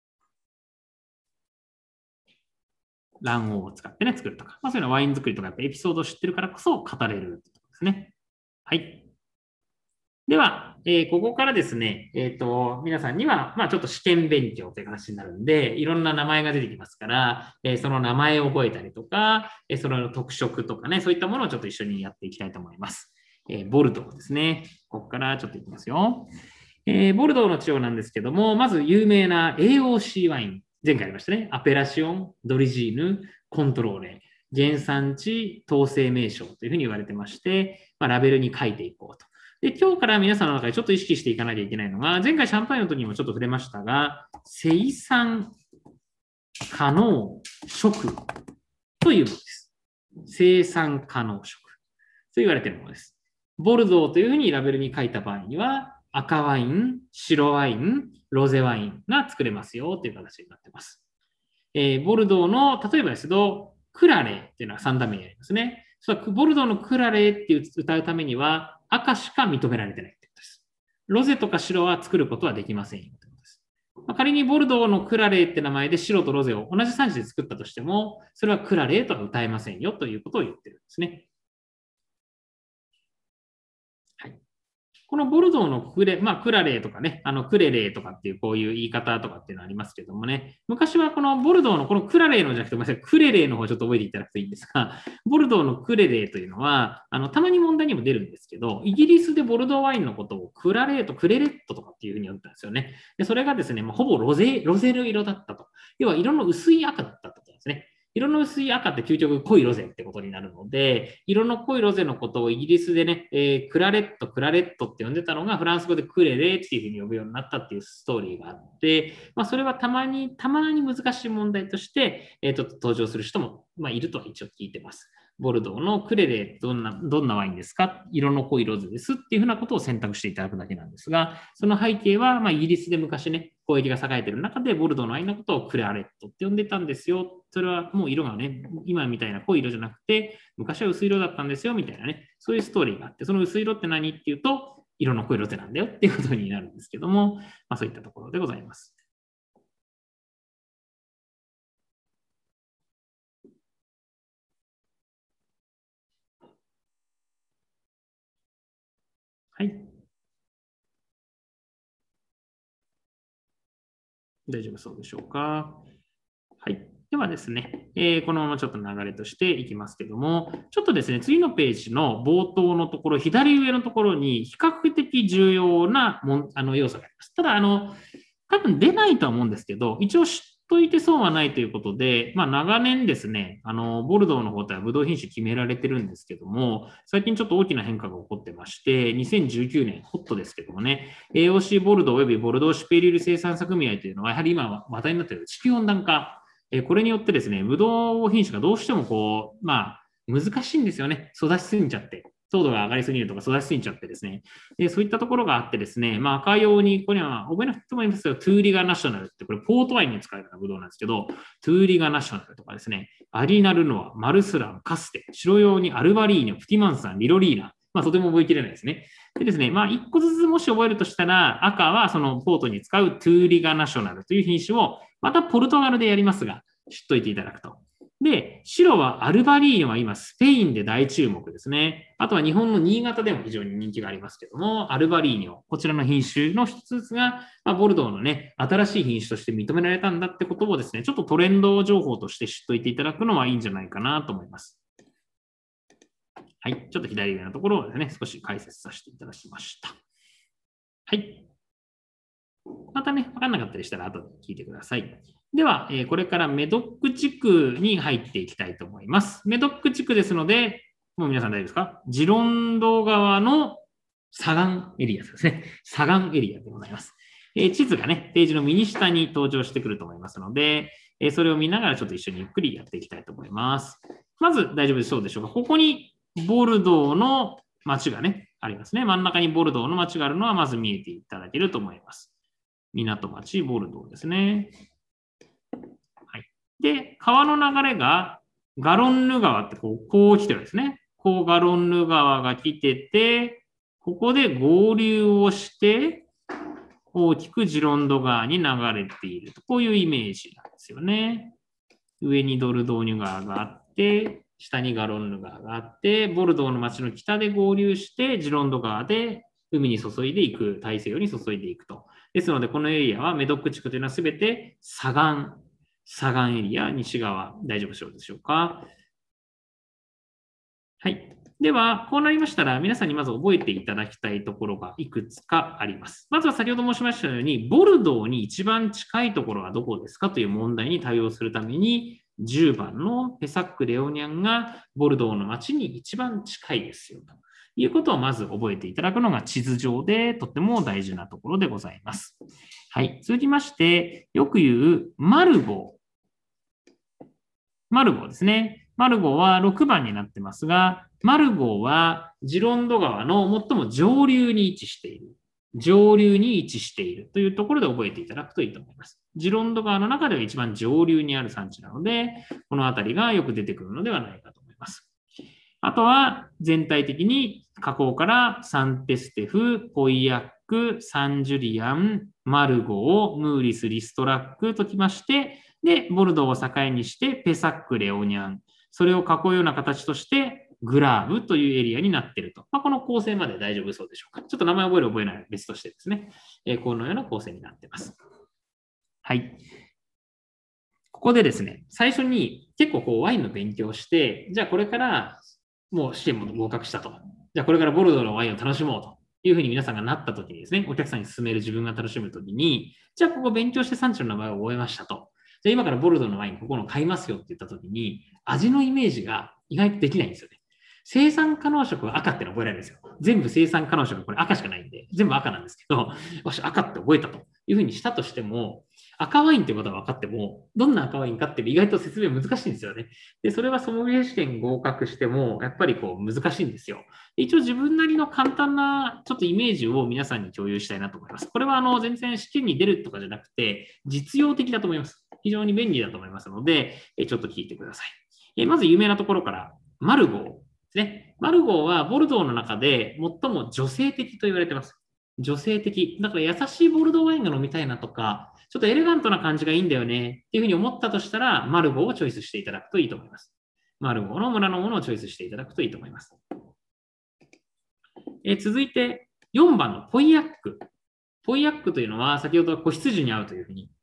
卵黄を使ってね、作るとか。そういうのはワイン作りとかやっぱエピソードを知ってるからこそ語れるってことですね。はい。では、ここからですね、皆さんには、ちょっと試験勉強という形になるんで、いろんな名前が出てきますから、その名前を覚えたりとか、その特色とかね、そういったものをちょっと一緒にやっていきたいと思います。ボルドーですね。ここからちょっといきますよ。ボルドーの地方なんですけども、まず有名な AOC ワイン。前回ありましたね。アペラシオン、ドリジーヌ、コントローレ、原産地、統制名称というふうに言われてまして、ラベルに書いていこうと。で、今日から皆さんの中でちょっと意識していかなきゃいけないのが、前回シャンパーニュの時にもちょっと触れましたが、生産可能食というものです。生産可能食と言われているものです。ボルドーというふうにラベルに書いた場合には、赤ワイン、白ワイン、ロゼワインが作れますよという形になっています。ボルドーの、例えばですけど、クラレーっていうのは3段目にありますね。ボルドーのクラレーって歌うためには、赤しか認められてないってことです。ロゼとか白は作ることはできませんよってことです。仮にボルドーのクラレーって名前で白とロゼを同じ産地で作ったとしても、それはクラレーとは歌えませんよということを言ってるんですね。このボルドーのクラレーとかね、クレレーとかっていうこういう言い方とかっていうのありますけどもね、昔はこのボルドーのこのクラレーのじゃなくて、ごめんなさい、クレレーの方をちょっと覚えていただくといいんですが、ボルドーのクレレーというのは、たまに問題にも出るんですけど、イギリスでボルドーワインのことをクラレート、クレレットとかっていうふうに呼んでたんですよね。で、それがですね、ほぼロゼル色だったと。要は色の薄い赤だったとですね。色の薄い赤って究極濃いロゼってことになるので、色の濃いロゼのことをイギリスでね、クラレットって呼んでたのがフランス語でクレレっていうふうに呼ぶようになったっていうストーリーがあって、それはたまに難しい問題として、登場する人も、いるとは一応聞いてます。ボルドーのクレレどんなワインですか、色の濃いロゼですっていうふうなことを選択していただくだけなんですが、その背景は、イギリスで昔ね、交易が栄えている中で、ボルドーのワインのことをクラレットって呼んでたんですよ。それはもう色がね、今みたいな濃い色じゃなくて、昔は薄い色だったんですよみたいなね、そういうストーリーがあって、その薄い色って何っていうと、色の濃いロゼなんだよっていうことになるんですけども、そういったところでございます。はい。大丈夫そうでしょうか。はい。 ではですね、このままちょっと流れとしていきますけども、ちょっとですね、次のページの冒頭のところ、左上のところに比較的重要な要素があります。ただ、多分出ないとは思うんですけど、一応知っといて損はないということで、長年ですね、ボルドーの方ではブドウ品種決められてるんですけども、最近ちょっと大きな変化が起こってまして、2019年、ホットですけどもね、AOC ボルドーおよびボルドーシュペリール生産者組合というのは、やはり今話題になっている地球温暖化、これによってですね、ブドウ品種がどうしても難しいんですよね。育ちすぎちゃって。糖度が上がりすぎるとか育ちすぎちゃってですね。そういったところがあってですね、赤用に、ここには覚えなくてもいいんですけど、トゥーリガナショナルって、これポートワインに使われたブドウなんですけど、トゥーリガナショナルとかですね、アリナルノア、マルスラン、カステ、白用にアルバリーニョ、プティマンサン、リロリーナ、とても覚えきれないですね。でですね、一個ずつもし覚えるとしたら、赤はそのポートに使うトゥーリガナショナルという品種を、またポルトガルでやりますが、知っといていただくと。で、白はアルバリーニョは今スペインで大注目ですね。あとは日本の新潟でも非常に人気がありますけども、アルバリーニョ、こちらの品種の一つが、ボルドーのね、新しい品種として認められたんだってことをですね、ちょっとトレンド情報として知っといていただくのはいいんじゃないかなと思います。はい、ちょっと左上のところをですね、少し解説させていただきました。はい。またね、わかんなかったりしたら後で聞いてください。では、これからメドック地区に入っていきたいと思います。メドック地区ですので、もう皆さん大丈夫ですか？ジロンド川の左岸エリアですね。左岸エリアでございます。地図がね、ページの右下に登場してくると思いますので、それを見ながらちょっと一緒にゆっくりやっていきたいと思います。まず大丈夫そうでしょうか？ここにボルドーの街がね、ありますね。真ん中にボルドーの街があるのはまず見えていただけると思います。港町ボルドーですね。はい。で、川の流れがガロンヌ川ってこう来てるんですね。こうガロンヌ川が来てて、ここで合流をして、大きくジロンド川に流れていると。こういうイメージなんですよね。上にドルドーニュ川があって、下にガロンヌ川があって、ボルドーの町の北で合流して、ジロンド川で海に注いでいく、大西洋に注いでいくと。ですので、このエリアはメドック地区というのはすべて左岸エリア、西側、大丈夫でしょうか？はい。では、こうなりましたら、皆さんにまず覚えていただきたいところがいくつかあります。まずは先ほど申しましたように、ボルドーに一番近いところはどこですかという問題に対応するために、10番のペサック・レオニャンがボルドーの町に一番近いですよということをまず覚えていただくのが地図上でとっても大事なところでございます。はい。続きまして、よく言うマルゴーですね。マルゴーは6番になってますが、マルゴーはジロンド川の最も上流に位置している。上流に位置しているというところで覚えていただくといいと思います。ジロンド川の中では一番上流にある産地なので、この辺りがよく出てくるのではないかと思います。あとは全体的に河口からサンテステフ、ポイヤック、サンジュリアン、マルゴー、ムーリス、リストラックときまして、で、ボルドーを境にしてペサック、レオニャン、それを囲うような形としてグラーブというエリアになっていると。この構成まで大丈夫そうでしょうか。ちょっと名前覚える覚えないは別としてですね、このような構成になっています。はい。ここでですね、最初に結構ワインの勉強をして、じゃあこれからもう試験も合格したと。じゃあこれからボルドーのワインを楽しもうというふうに皆さんがなった時にですね、お客さんに勧める自分が楽しむ時に、じゃあここ勉強して産地の名前を覚えましたと。じゃあ今からボルドーのワインここの買いますよって言った時に、味のイメージが意外とできないんですよね。生産可能色は赤っての覚えられるんですよ。全部生産可能色はこれ赤しかないんで、全部赤なんですけど、よし、赤って覚えたというふうにしたとしても、赤ワインってことは分かっても、どんな赤ワインかって意外と説明難しいんですよね。で、それはソムリエ試験合格しても、やっぱり難しいんですよ。一応自分なりの簡単なちょっとイメージを皆さんに共有したいなと思います。これは全然試験に出るとかじゃなくて、実用的だと思います。非常に便利だと思いますので、ちょっと聞いてください。まず有名なところから、マルゴーですね。マルゴーはボルドーの中で最も女性的と言われています。女性的。だから優しいボルドーワインが飲みたいなとか、ちょっとエレガントな感じがいいんだよねっていうふうに思ったとしたら、マルゴーをチョイスしていただくといいと思います。マルゴーの村のものをチョイスしていただくといいと思います。続いて、4番のポイヤック。ポイヤックというのは、先ほど子羊に合うというふうに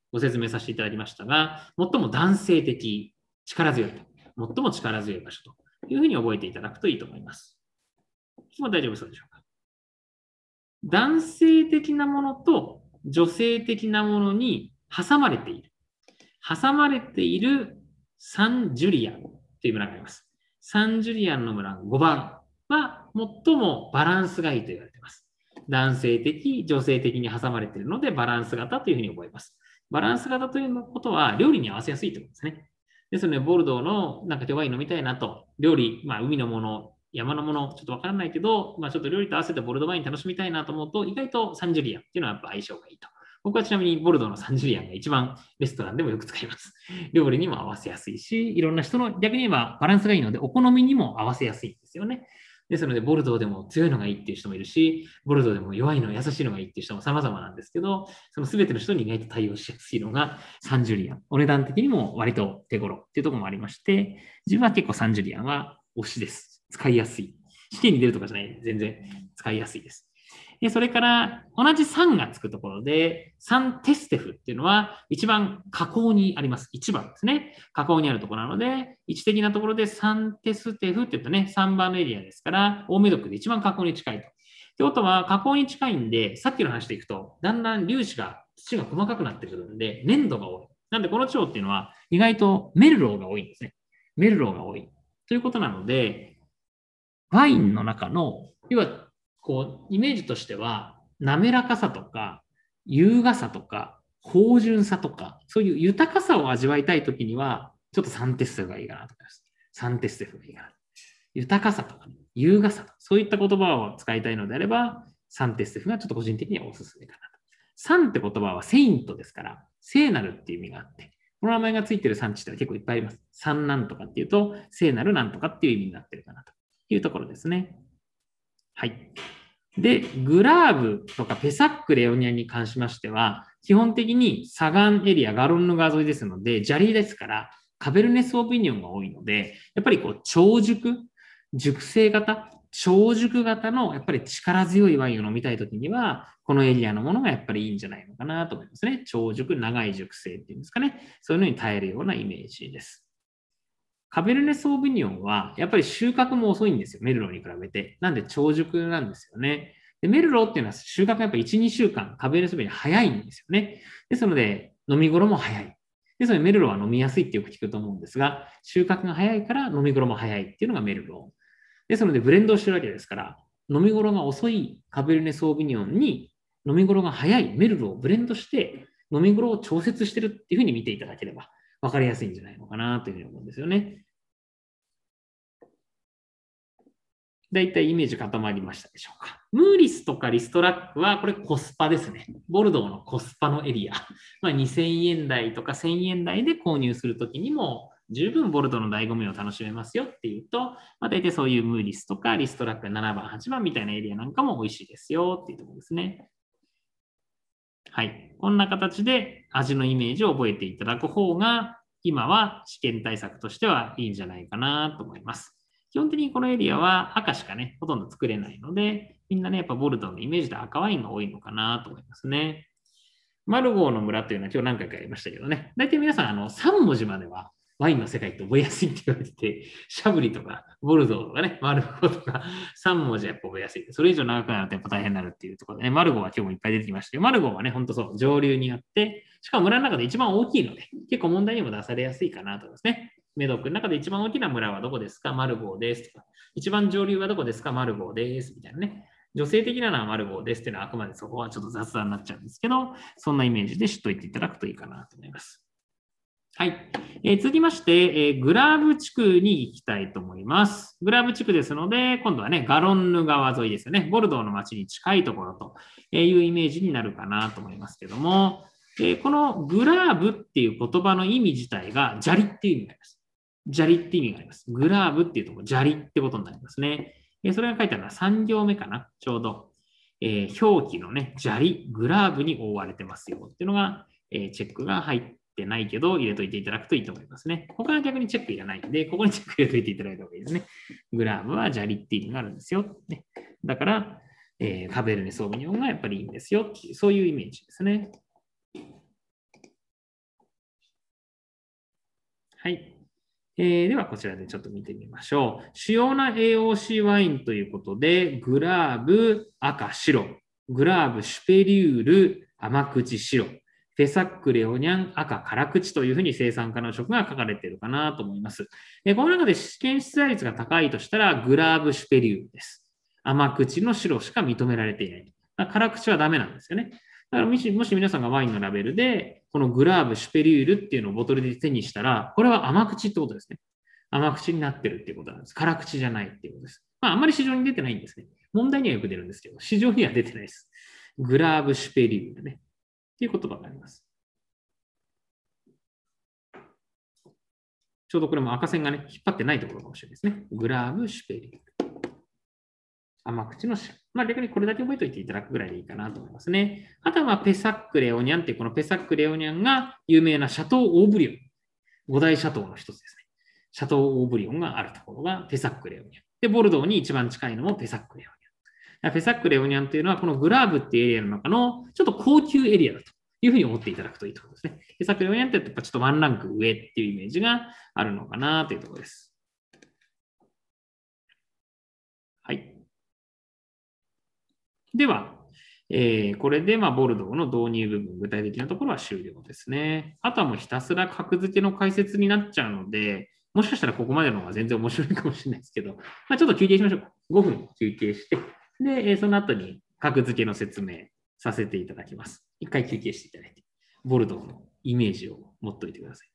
ご説明させていただきましたが、最も男性的、力強いと。最も力強い場所というふうに覚えていただくといいと思います。もう大丈夫そうでしょうか。男性的なものと女性的なものに挟まれている。挟まれているサンジュリアンという村があります。サンジュリアンの村5番は最もバランスがいいと言われています。男性的、女性的に挟まれているのでバランス型というふうに覚えます。バランス型ということは料理に合わせやすいということですね。ですので、ボルドーのなんか手ワイン飲みたいなと、料理、海のもの、山のもの、ちょっとわからないけど、ちょっと料理と合わせてボルドーワイン楽しみたいなと思うと、意外とサンジュリアンっていうのはやっぱ相性がいいと。僕はちなみにボルドーのサンジュリアンが一番レストランでもよく使います。料理にも合わせやすいし、いろんな人の逆に言えばバランスがいいので、お好みにも合わせやすいんですよね。ですので、ボルドーでも強いのがいいっていう人もいるし、ボルドーでも弱いの、優しいのがいいっていう人も様々なんですけど、その全ての人に意外と対応しやすいのがサンジュリアン。お値段的にも割と手頃っていうところもありまして、自分は結構サンジュリアンは推しです。使いやすい。試験に出るとかじゃない、全然使いやすいです。で、それから同じ3がつくところで、サンテステフっていうのは一番下降にあります。1番ですね。下降にあるところなので、位置的なところでサンテステフって言うとね、3番のエリアですから、青梅毒で一番下降に近いと。ってことは、下降に近いんで、さっきの話でいくと、だんだん粒子が、土が細かくなってくるんで、粘度が多い。なんで、この地方っていうのは、意外とメルローが多いんですね。メルローが多い。ということなので、ワインの中の、要は、イメージとしては、滑らかさとか、優雅さとか、芳醇さとか、そういう豊かさを味わいたいときには、ちょっとサンテステフがいいかなと思います。サンテステフがいいかな。豊かさとか、優雅さとか、そういった言葉を使いたいのであれば、サンテステフがちょっと個人的にはおすすめかなと。サンって言葉はセイントですから、聖なるっていう意味があって、この名前がついてる産地って結構いっぱいあります。サンなんとかっていうと、聖なるなんとかっていう意味になってるかなというところですね。はい。で、グラーブとかペサックレオニアに関しましては、基本的にサガンエリア、ガロンヌ川沿いですので、砂利ですから、カベルネスオビニオンが多いので、やっぱり長熟、熟成型、長熟型のやっぱり力強いワインを飲みたいときには、このエリアのものがやっぱりいいんじゃないのかなと思いますね。長熟、長い熟成っていうんですかね。そういうのに耐えるようなイメージです。カベルネ・ソービニョンは、やっぱり収穫も遅いんですよ、メルローに比べて。なんで、長熟なんですよね。でメルローっていうのは収穫がやっぱ1、2週間、カベルネ・ソービニョン早いんですよね。ですので、飲み頃も早い。ですので、メルローは飲みやすいってよく聞くと思うんですが、収穫が早いから飲み頃も早いっていうのがメルロー。ですので、ブレンドをしてるわけですから、飲み頃が遅いカベルネ・ソービニョンに飲み頃が早いメルローをブレンドして、飲み頃を調節してるっていうふうに見ていただければ分かりやすいんじゃないのかなというふうに思うんですよね。だいたいイメージ固まりましたでしょうか。ムーリスとかリストラックは、これコスパですね。ボルドーのコスパのエリア。2000円台とか1000円台で購入するときにも、十分ボルドーの醍醐味を楽しめますよっていうと、大体そういうムーリスとかリストラック7番、8番みたいなエリアなんかも美味しいですよっていうところですね。はい。こんな形で味のイメージを覚えていただく方が、今は試験対策としてはいいんじゃないかなと思います。基本的にこのエリアは赤しかね、ほとんど作れないので、みんなね、やっぱボルドーのイメージで赤ワインが多いのかなと思いますね。マルゴーの村というのは今日何回かやりましたけどね、大体皆さん3文字まではワインの世界って覚えやすいって言われてて、シャブリとかボルドーとかね、マルゴーとか3文字はやっぱ覚えやすい。それ以上長くなるとやっぱ大変になるっていうところでね、マルゴーは今日もいっぱい出てきましたけど、マルゴーはね、ほんとそう、上流にあって、しかも村の中で一番大きいので、結構問題にも出されやすいかなと思いますね。メドクの中で一番大きな村はどこですかマルゴーですとか。一番上流はどこですかマルゴーですみたいなね。女性的なのはマルゴーですっていうのはあくまでそこはちょっと雑談になっちゃうんですけど、そんなイメージで知っておいていただくといいかなと思います。はい。続きまして、グラーブ地区に行きたいと思います。グラーブ地区ですので、今度はね、ガロンヌ川沿いですよね。ボルドーの街に近いところというイメージになるかなと思いますけども、このグラーブっていう言葉の意味自体が砂利っていう意味があります。砂利って意味があります。グラーブっていうところ、砂利ってことになりますね。それが書いてあるのは3行目かな、ちょうど。表記のね、砂利、グラーブに覆われてますよっていうのが、チェックが入ってないけど、入れといていただくといいと思いますね。他は逆にチェックいらないんで、ここにチェック入れといていただいた方がいいですね。グラーブは砂利っていう意味があるんですよ。ね、だから、カベルネ・ソービニョンがやっぱりいいんですよっていう、そういうイメージですね。 はい。では、こちらでちょっと見てみましょう。主要な AOC ワインということで、グラーブ赤白、グラーブシュペリュール甘口白、フェサックレオニャン赤辛口というふうに生産可能色が書かれているかなと思います。この中で試験出題率が高いとしたら、グラーブシュペリュールです。甘口の白しか認められていない。辛口はダメなんですよね。だからもし皆さんがワインのラベルで、このグラーブ、シュペリュールっていうのをボトルで手にしたら、これは甘口ってことですね。甘口になってるっていうことなんです。辛口じゃないっていうことです。まあ、あんまり市場に出てないんですね。問題にはよく出るんですけど、市場には出てないです。グラーブ、シュペリュールね。っていう言葉があります。ちょうどこれも赤線がね、引っ張ってないところかもしれないですね。グラーブ、シュペリュール。甘口のシャ。まあ逆にこれだけ覚えておいていただくぐらいでいいかなと思いますね。あとはペサックレオニャンっていうこのペサックレオニャンが有名なシャトー・オーブリオン。五大シャトーの一つですね。シャトー・オーブリオンがあるところがペサックレオニャン。で、ボルドーに一番近いのもペサックレオニャン。ペサックレオニャンというのはこのグラーブっていうエリアの中のちょっと高級エリアだというふうに思っていただくといいところですね。ペサックレオニャンってやっぱちょっとワンランク上っていうイメージがあるのかなというところです。はい。では、これでボルドーの導入部分、具体的なところは終了ですね。あとはもうひたすら格付けの解説になっちゃうので、もしかしたらここまでの方が全然面白いかもしれないですけど、ちょっと休憩しましょうか。5分休憩して、で、その後に格付けの説明させていただきます。一回休憩していただいて、ボルドーのイメージを持っておいてください。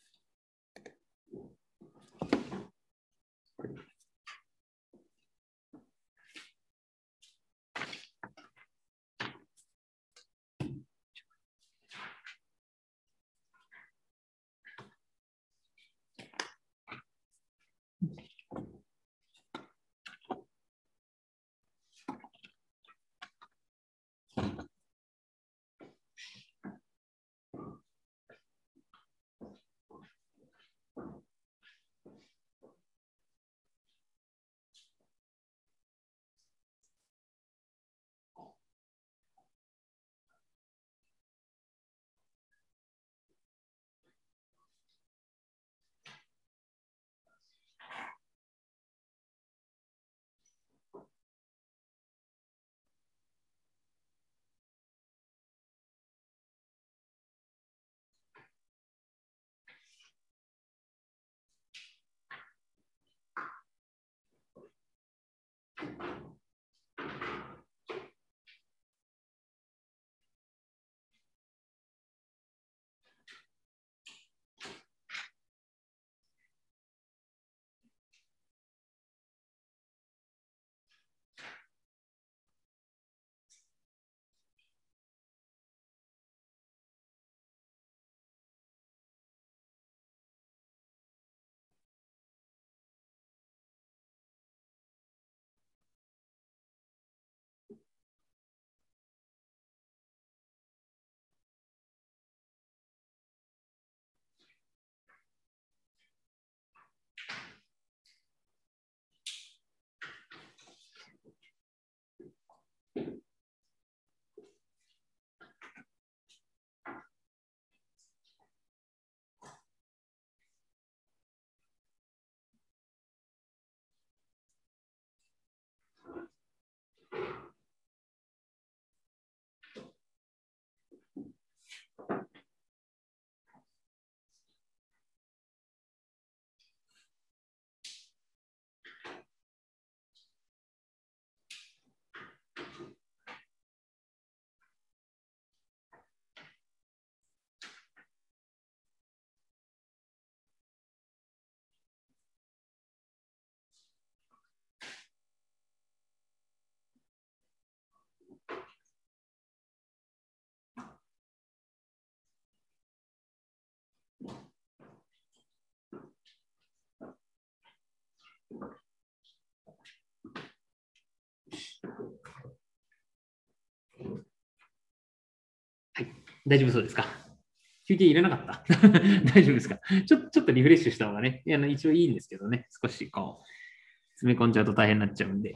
はい、大丈夫そうですか？休憩入れなかった大丈夫ですか？ちょっとリフレッシュした方がね、一応いいんですけどね、少しこう、詰め込んじゃうと大変になっちゃうんで、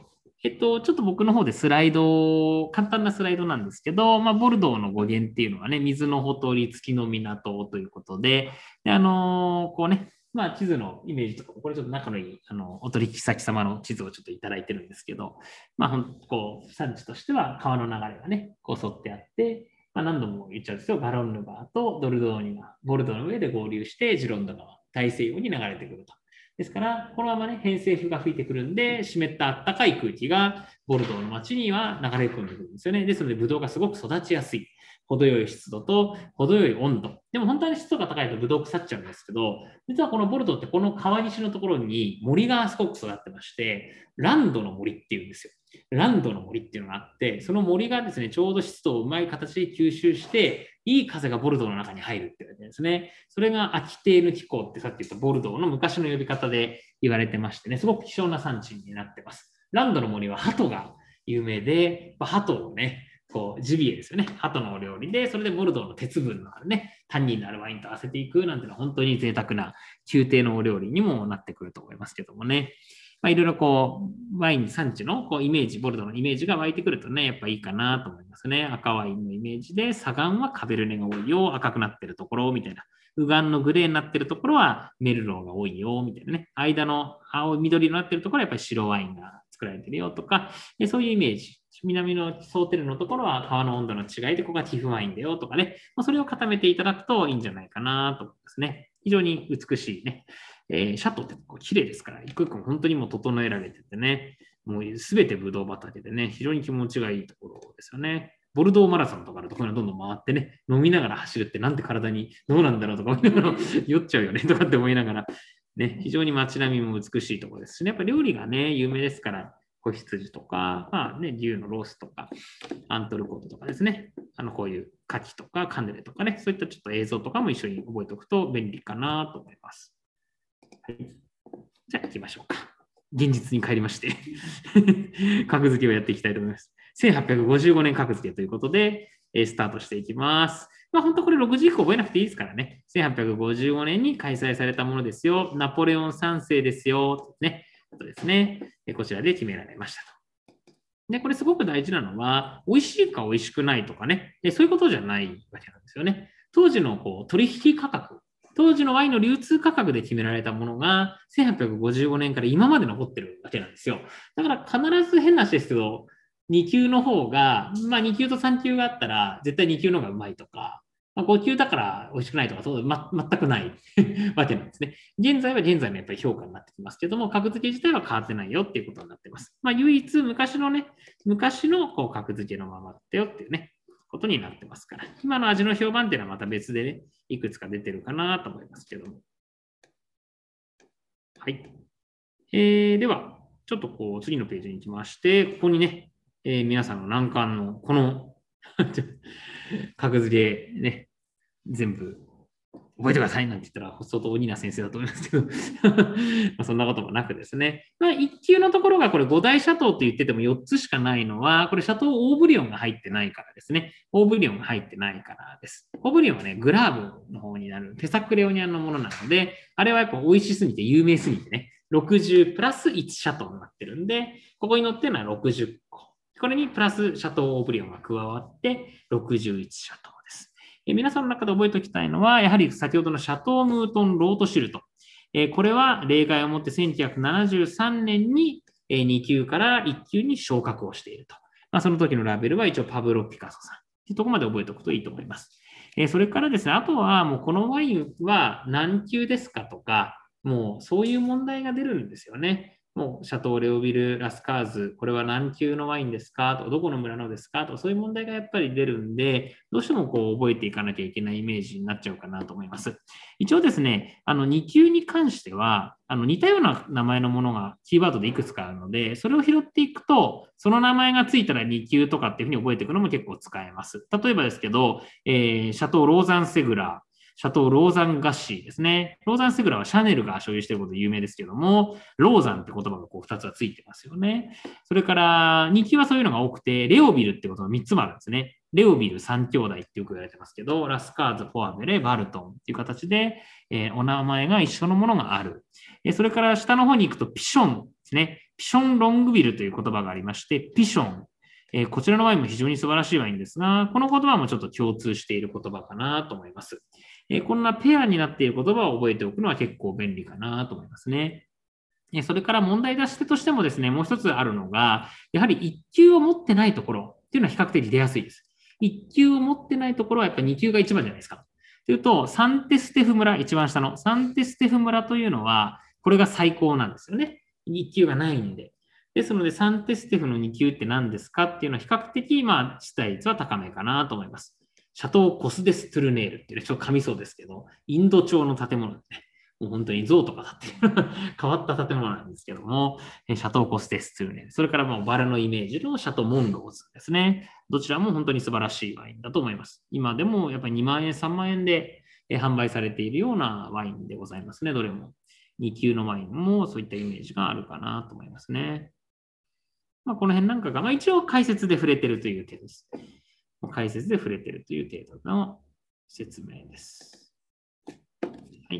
ちょっと僕の方でスライド、簡単なスライドなんですけど、ボルドーの語源っていうのはね、水のほとり、月の港ということで、こうね、地図のイメージとかも、これちょっと仲のいい、お取引先様の地図をちょっといただいてるんですけど、産地としては川の流れがね、こう沿ってあって、何度も言っちゃうんですけど、ガロンヌ川とドルドーニがボルドーの上で合流して、ジロンド川、大西洋に流れてくると。ですから、このままね、偏西風が吹いてくるんで、湿った暖かい空気がボルドーの街には流れ込んでくるんですよね。ですので、ブドウがすごく育ちやすい。程よい湿度と程よい温度。でも本当に湿度が高いとブドウ腐っちゃうんですけど、実はこのボルドーってこの川西のところに森がすごく育ってまして、ランドの森っていうんですよ。ランドの森っていうのがあって、その森がですね、ちょうど湿度をうまい形で吸収して、いい風がボルドーの中に入るって言われてるんですね。それがアキテーヌ気候ってさっき言ったボルドーの昔の呼び方で言われてましてね、すごく希少な産地になってます。ランドの森は鳩が有名で、鳩をね、こうジビエですよね。鳩のお料理で、それでボルドーの鉄分のあるね、タンニンのあるワインと合わせていくなんていうのは本当に贅沢な宮廷のお料理にもなってくると思いますけどもね。いろいろこう、ワイン産地のこうイメージ、ボルドーのイメージが湧いてくるとね、やっぱいいかなと思いますね。赤ワインのイメージで、砂岩はカベルネが多いよ、赤くなってるところみたいな。右岸のグレーになってるところはメルローが多いよ、みたいなね。間の青、緑になってるところはやっぱり白ワインが作られてるよとか、そういうイメージ。南のソーテルのところは川の温度の違いで、ここがティフワインだよとかね。それを固めていただくといいんじゃないかなと思いますね。非常に美しいね。シャトーってこう綺麗ですから、一個一個本当にもう整えられててね、もうすべてブドウ畑でね、非常に気持ちがいいところですよね。ボルドーマラソンとかのところにどんどん回ってね、飲みながら走るってなんて体にどうなんだろうとか思いながら酔っちゃうよねとかって思いながら、ね、非常に街並みも美しいところですしね、やっぱ料理がね、有名ですから、子羊とか、牛のロースとか、アントルコートとかですね、こういう牡蠣とかカヌレとかね、そういったちょっと映像とかも一緒に覚えておくと便利かなと思います。はい、じゃあ行きましょうか。現実に帰りまして格付けをやっていきたいと思います。1855年格付けということで、スタートしていきます。本当これ6時以降覚えなくていいですからね。1855年に開催されたものですよ。ナポレオン3世ですよ。ね。あとですね。こちらで決められましたと。で、これすごく大事なのは、美味しいか美味しくないとかね。そういうことじゃないわけなんですよね。当時のこう取引価格。当時のワインの流通価格で決められたものが、1855年から今まで残ってるわけなんですよ。だから必ず変な話ですけど、2級の方が、2級と3級があったら、絶対2級の方がうまいとか、5級だから美味しくないとか、そう全くないわけなんですね。現在は現在のやっぱり評価になってきますけども、格付け自体は変わってないよっていうことになってます。唯一昔のこう格付けのままだったよっていうね、ことになってますから。今の味の評判っていうのはまた別でね、いくつか出てるかなと思いますけども。はい。では、ちょっとこう次のページに行きまして、ここにね、皆さんの難関のこの格付けね、全部覚えてくださいなんて言ったら、相当鬼な先生だと思いますけどそんなこともなくですね。1級のところがこれ5大シャトーと言ってても4つしかないのは、これシャトーオーブリオンが入ってないからですね。オーブリオンが入ってないからです。オーブリオンはね、グラーブの方になるテサクレオニャンのものなので、あれはやっぱ美味しすぎて有名すぎてね、60プラス1シャトーになってるんで、ここに載ってるのは60個。これにプラスシャトーオーブリオンが加わって61シャトー。皆さんの中で覚えておきたいのは、やはり先ほどのシャトー・ムートン・ロートシルト。これは例外をもって1973年に2級から1級に昇格をしていると。その時のラベルは一応パブロ・ピカソさん。というところまで覚えておくといいと思います。それからですね、あとはもうこのワインは何級ですかとか、もうそういう問題が出るんですよね。もうシャトー・レオビル・ラスカーズ、これは何級のワインですかとか、どこの村のですかとか、そういう問題がやっぱり出るんで、どうしてもこう覚えていかなきゃいけないイメージになっちゃうかなと思います。一応ですね、2級に関しては、似たような名前のものがキーワードでいくつかあるので、それを拾っていくと、その名前がついたら2級とかっていうふうに覚えていくのも結構使えます。例えばですけど、シャトー・ローザン・セグラー、シャトー・ローザン・ガッシーですね。ローザン・セグラはシャネルが所有していることで有名ですけども、ローザンって言葉がこう2つはついてますよね。それから2級はそういうのが多くて、レオビルってことが3つもあるんですね。レオビル3兄弟ってよく言われてますけど、ラスカーズ、フォアベレ、バルトンっていう形で、お名前が一緒のものがある。それから下の方に行くとピションですね。ピションロングビルという言葉がありまして、ピション。こちらのワインも非常に素晴らしいワインですが、この言葉もちょっと共通している言葉かなと思います。こんなペアになっている言葉を覚えておくのは結構便利かなと思いますね。それから問題出し手としてもですね、もう一つあるのが、やはり1級を持ってないところっていうのは比較的出やすいです。1級を持ってないところはやっぱり2級が一番じゃないですか。というと、サンテステフ村、一番下のサンテステフ村というのは、これが最高なんですよね。2級がないんで。ですので、サンテステフの2級って何ですかっていうのは比較的、まあ、地帯率は高めかなと思います。シャトー・コスデス・トゥルネールっていうちょっと噛みそうですけど、インド調の建物ですね。もう本当に像とか建ってる変わった建物なんですけども、シャトー・コスデス・トゥルネール。それからもうバラのイメージのシャトー・モンローズですね。どちらも本当に素晴らしいワインだと思います。今でもやっぱり2万円、3万円で販売されているようなワインでございますね、どれも。2級のワインもそういったイメージがあるかなと思いますね。まあ、この辺なんかが、まあ、一応解説で触れてるという程度です。解説で触れてるという程度の説明です。はい。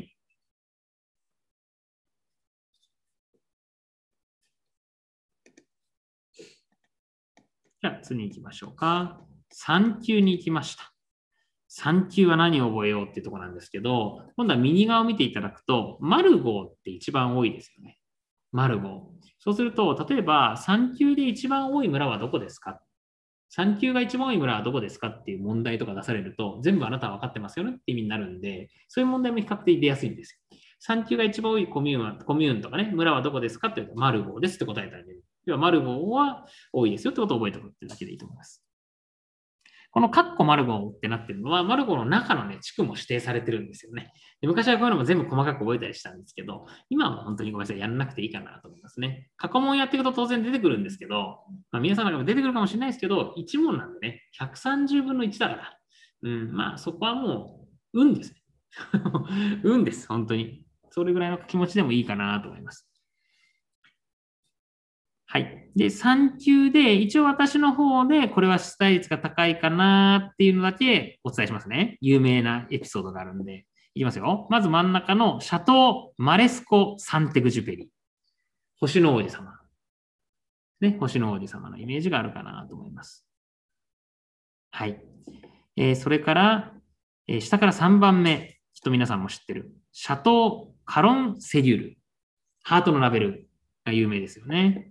じゃあ次に行きましょうか。3級に行きました。3級は何を覚えようっていうところなんですけど、今度は右側を見ていただくと、マルゴーって一番多いですよね。マルゴー。そうすると、例えば3級で一番多い村はどこですか？ 3 級が一番多い村はどこですかっていう問題とか出されると、全部あなたは分かってますよねって意味になるんで、そういう問題も比較的出やすいんですよ。3級が一番多いコミューンとかね、村はどこですかって言うと、マルゴーですって答えたらね、要はマルゴーは多いですよってことを覚えておくってだけでいいと思います。このカッコマルゴってなってるのは、マルゴの中のね、地区も指定されてるんですよね。で昔はこういうのも全部細かく覚えたりしたんですけど、今はもう本当にごめんなさい、やらなくていいかなと思いますね。過去問やっていくと当然出てくるんですけど、まあ、皆さんの中も出てくるかもしれないですけど、1問なんでね、130分の1だから、まあそこはもう、運ですね。運です、本当に。それぐらいの気持ちでもいいかなと思います。はい。で、3級で、一応私の方で、これは出題率が高いかなっていうのだけお伝えしますね。有名なエピソードがあるんで。いきますよ。まず真ん中のシャトー・マレスコ・サンテグジュペリ。星の王子様。ね、星の王子様のイメージがあるかなと思います。はい。それから、下から3番目。きっと皆さんも知ってる。シャトー・カロン・セデュール。ハートのラベルが有名ですよね。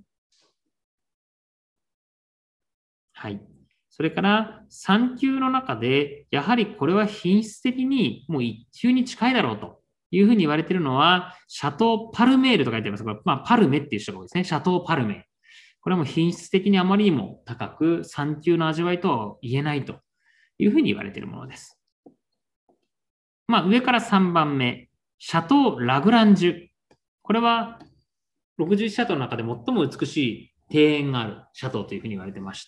はい。それから3級の中で、やはりこれは品質的にもう1級に近いだろうというふうに言われているのは、シャトー・パルメールと書いてあります。これまあ、パルメっていう人が多いですね。シャトー・パルメ。これはもう品質的にあまりにも高く、3級の味わいとは言えないというふうに言われているものです。まあ、上から3番目、シャトー・ラグランジュ。これは61シャトーの中で最も美しい庭園があるシャトーというふうに言われてまして、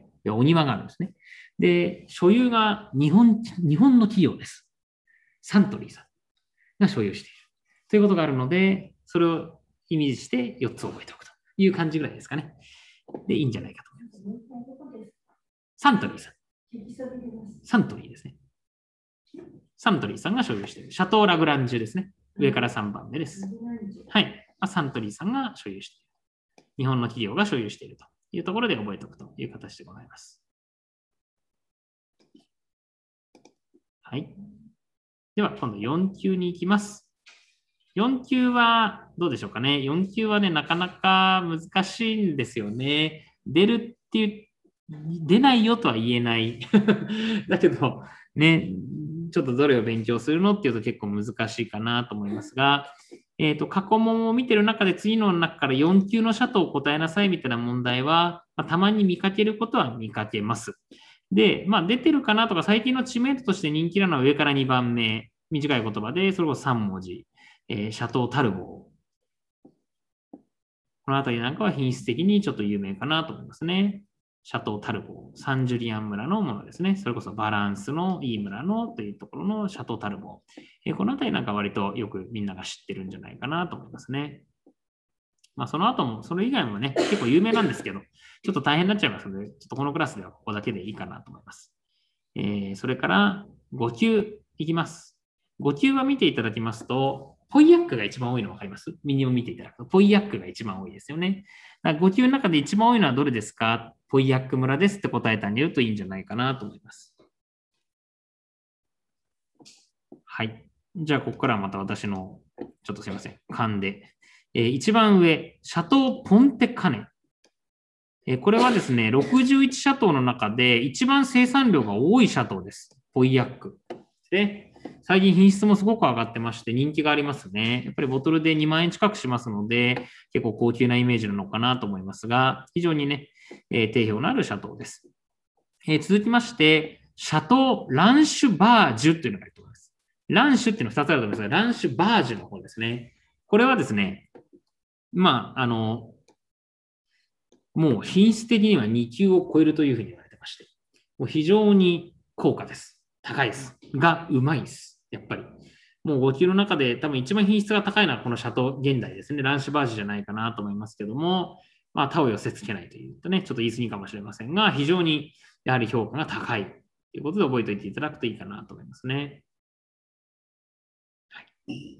お庭があるんですね。で、所有が日本の企業です。サントリーさんが所有している。ということがあるので、それをイメージして4つ覚えておくという感じぐらいですかね。で、いいんじゃないかと思います。サントリーさん。サントリーですね。サントリーさんが所有している。シャトー・ラグランジュですね。上から3番目です。はい。サントリーさんが所有している。日本の企業が所有しているというところで覚えておくという形でございます。はい。では、今度4級に行きます。4級はどうでしょうかね。4級はね、なかなか難しいんですよね。出るっていう、出ないよとは言えない。だけど、ね、ちょっとどれを勉強するのっていうと結構難しいかなと思いますが、過去問を見てる中で次の中から4級のシャトを答えなさいみたいな問題は、たまに見かけることは見かけます。で、出てるかなとか、最近の知名度として人気なのは上から2番目、短い言葉で、それを3文字、シャトー・タルボー。このあたりなんかは品質的にちょっと有名かなと思いますね。シャトー・タルボー。サンジュリアン村のものですね。それこそバランスのいい村のというところのシャトー・タルボー。このあたりなんか割とよくみんなが知ってるんじゃないかなと思いますね。その後も、それ以外もね、結構有名なんですけど、ちょっと大変になっちゃいますので、ちょっとこのクラスではここだけでいいかなと思います。それから5級いきます。5級は見ていただきますと、 ポイヤックが一番多いの分かります？右を見ていただくと、ポイヤックが一番多いですよね。5級の中で一番多いのはどれですか？ポイヤック村ですって答えてあげるといいんじゃないかなと思います。はい。じゃあ、ここからはまた私の、ちょっとすいません、勘で。一番上、シャトー・ポンテカネ。これはですね、61シャトーの中で一番生産量が多いシャトーです。ポイヤック。で、最近品質もすごく上がってまして人気がありますね。やっぱりボトルで2万円近くしますので、結構高級なイメージなのかなと思いますが、非常にね、定評のあるシャトーです。続きまして、シャトー・ランシュバージュというのがあると思います。ランシュっていうのは2つあると思いますが、ランシュバージュの方ですね。これはですね、まあ、もう品質的には2級を超えるというふうに言われてまして、もう非常に高価です。高いです。が、うまいです。やっぱり。もう5級の中で多分一番品質が高いのはこのシャトー現代ですね。ランシュバージじゃないかなと思いますけども、まあ他を寄せ付けないというとね、ちょっと言い過ぎかもしれませんが、非常にやはり評価が高いということで覚えておいていただくといいかなと思いますね。はい、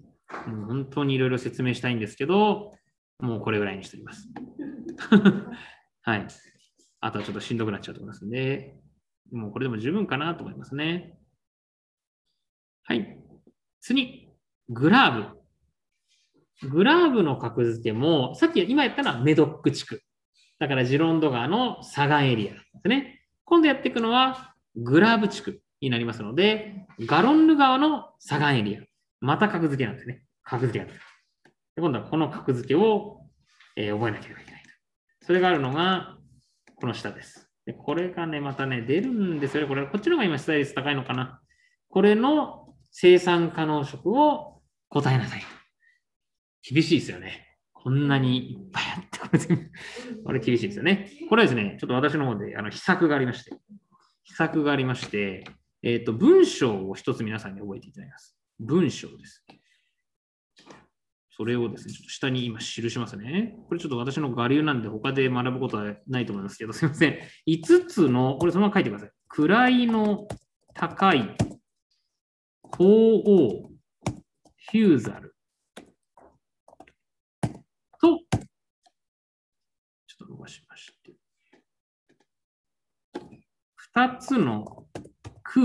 もう本当にいろいろ説明したいんですけど、もうこれぐらいにしております。はい。あとはちょっとしんどくなっちゃうと思いますので、もうこれでも十分かなと思いますね。はい。次、グラーブ。グラーブの格付けも、さっき今やったのはメドック地区。だからジロンド川の左岸エリアですね。今度やっていくのはグラーブ地区になりますので、ガロンヌ川の左岸エリア。また格付けなんですね。格付けなんです。今度はこの格付けを、覚えなければいけない。それがあるのが、この下です。でこれがね、またね、出るんですよね。こっちの方が今、出題率高いのかな。これの生産可能色を答えなさい。厳しいですよね。こんなにいっぱいあって、これ厳しいですよね。これはですね、ちょっと私の方で秘策がありまして、文章を一つ皆さんに覚えていただきます。文章です。それをですね、ちょっと下に今記しますね。これちょっと私の我流なんで他で学ぶことはないと思いますけど、すいません。5つの、これそのまま書いてください。位の高い鳳凰フューザルと、ちょっと伸ばしまして、2つの空、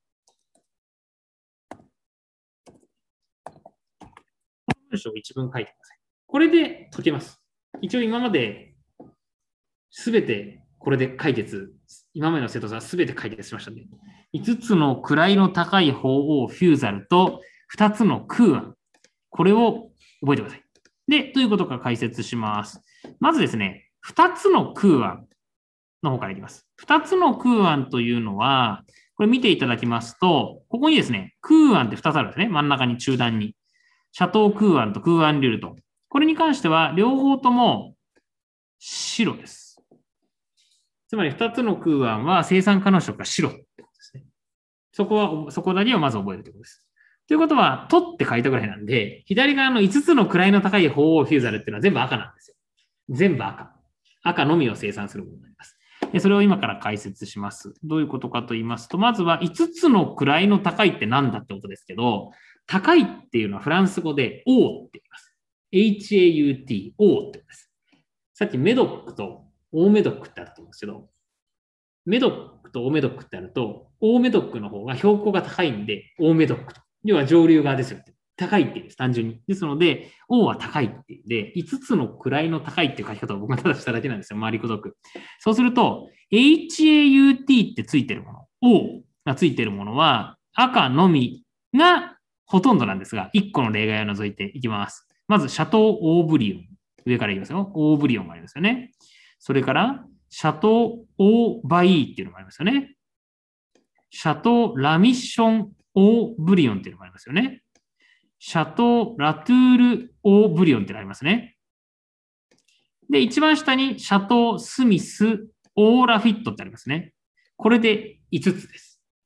文章を一文書いてください。これで解けます。一応今まで全てこれで解決、今までの生徒さん全て解決しましたね。5つの位の高い鳳凰フューザルと2つの空案。これを覚えてください。で、どういうことか解説します。まずですね、2つの空案の方からいきます。2つの空案というのは、これ見ていただきますと、ここにですね、空案って2つあるんですね。真ん中に中段に。シャトー空案と空案リュルト。これに関しては、両方とも白です。つまり2つの空案は生産可能色が白ってことですね。そこだけをまず覚えるということです。ということは、取って書いたぐらいなんで、左側の5つの位の高い鳳凰フューザルっていうのは全部赤なんですよ。全部赤。赤のみを生産するものになります。でそれを今から解説します。どういうことかと言いますと、まずは5つの位の高いって何だってことですけど、高いっていうのはフランス語で O って言います。HAUT、O って言います。さっきメドックとオーメドックってあったと思うんですけど、メドックとオーメドックってあると、オーメドックの方が標高が高いんで、オーメドックと。要は上流側ですよ。高いって言うんです、単純に。ですので、O は高いっていうで、5つの位の高いっていう書き方を僕がただしただけなんですよ、回りくどく。そうすると、HAUT ってついてるもの、O がついてるものは、赤のみがほとんどなんですが、1個の例外を除いていきます。まず、シャトー・オーブリオン。上からいきますよ。オーブリオンがありますよね。それから、シャトー・オー・バイーっていうのもありますよね。シャトー・ラミッション・オー・ブリオンっていうのもありますよね。シャトー・ラトゥール・オー・ブリオンってありますね。で、一番下にシャトー・スミス・オー・ラフィットってありますね。これで5つです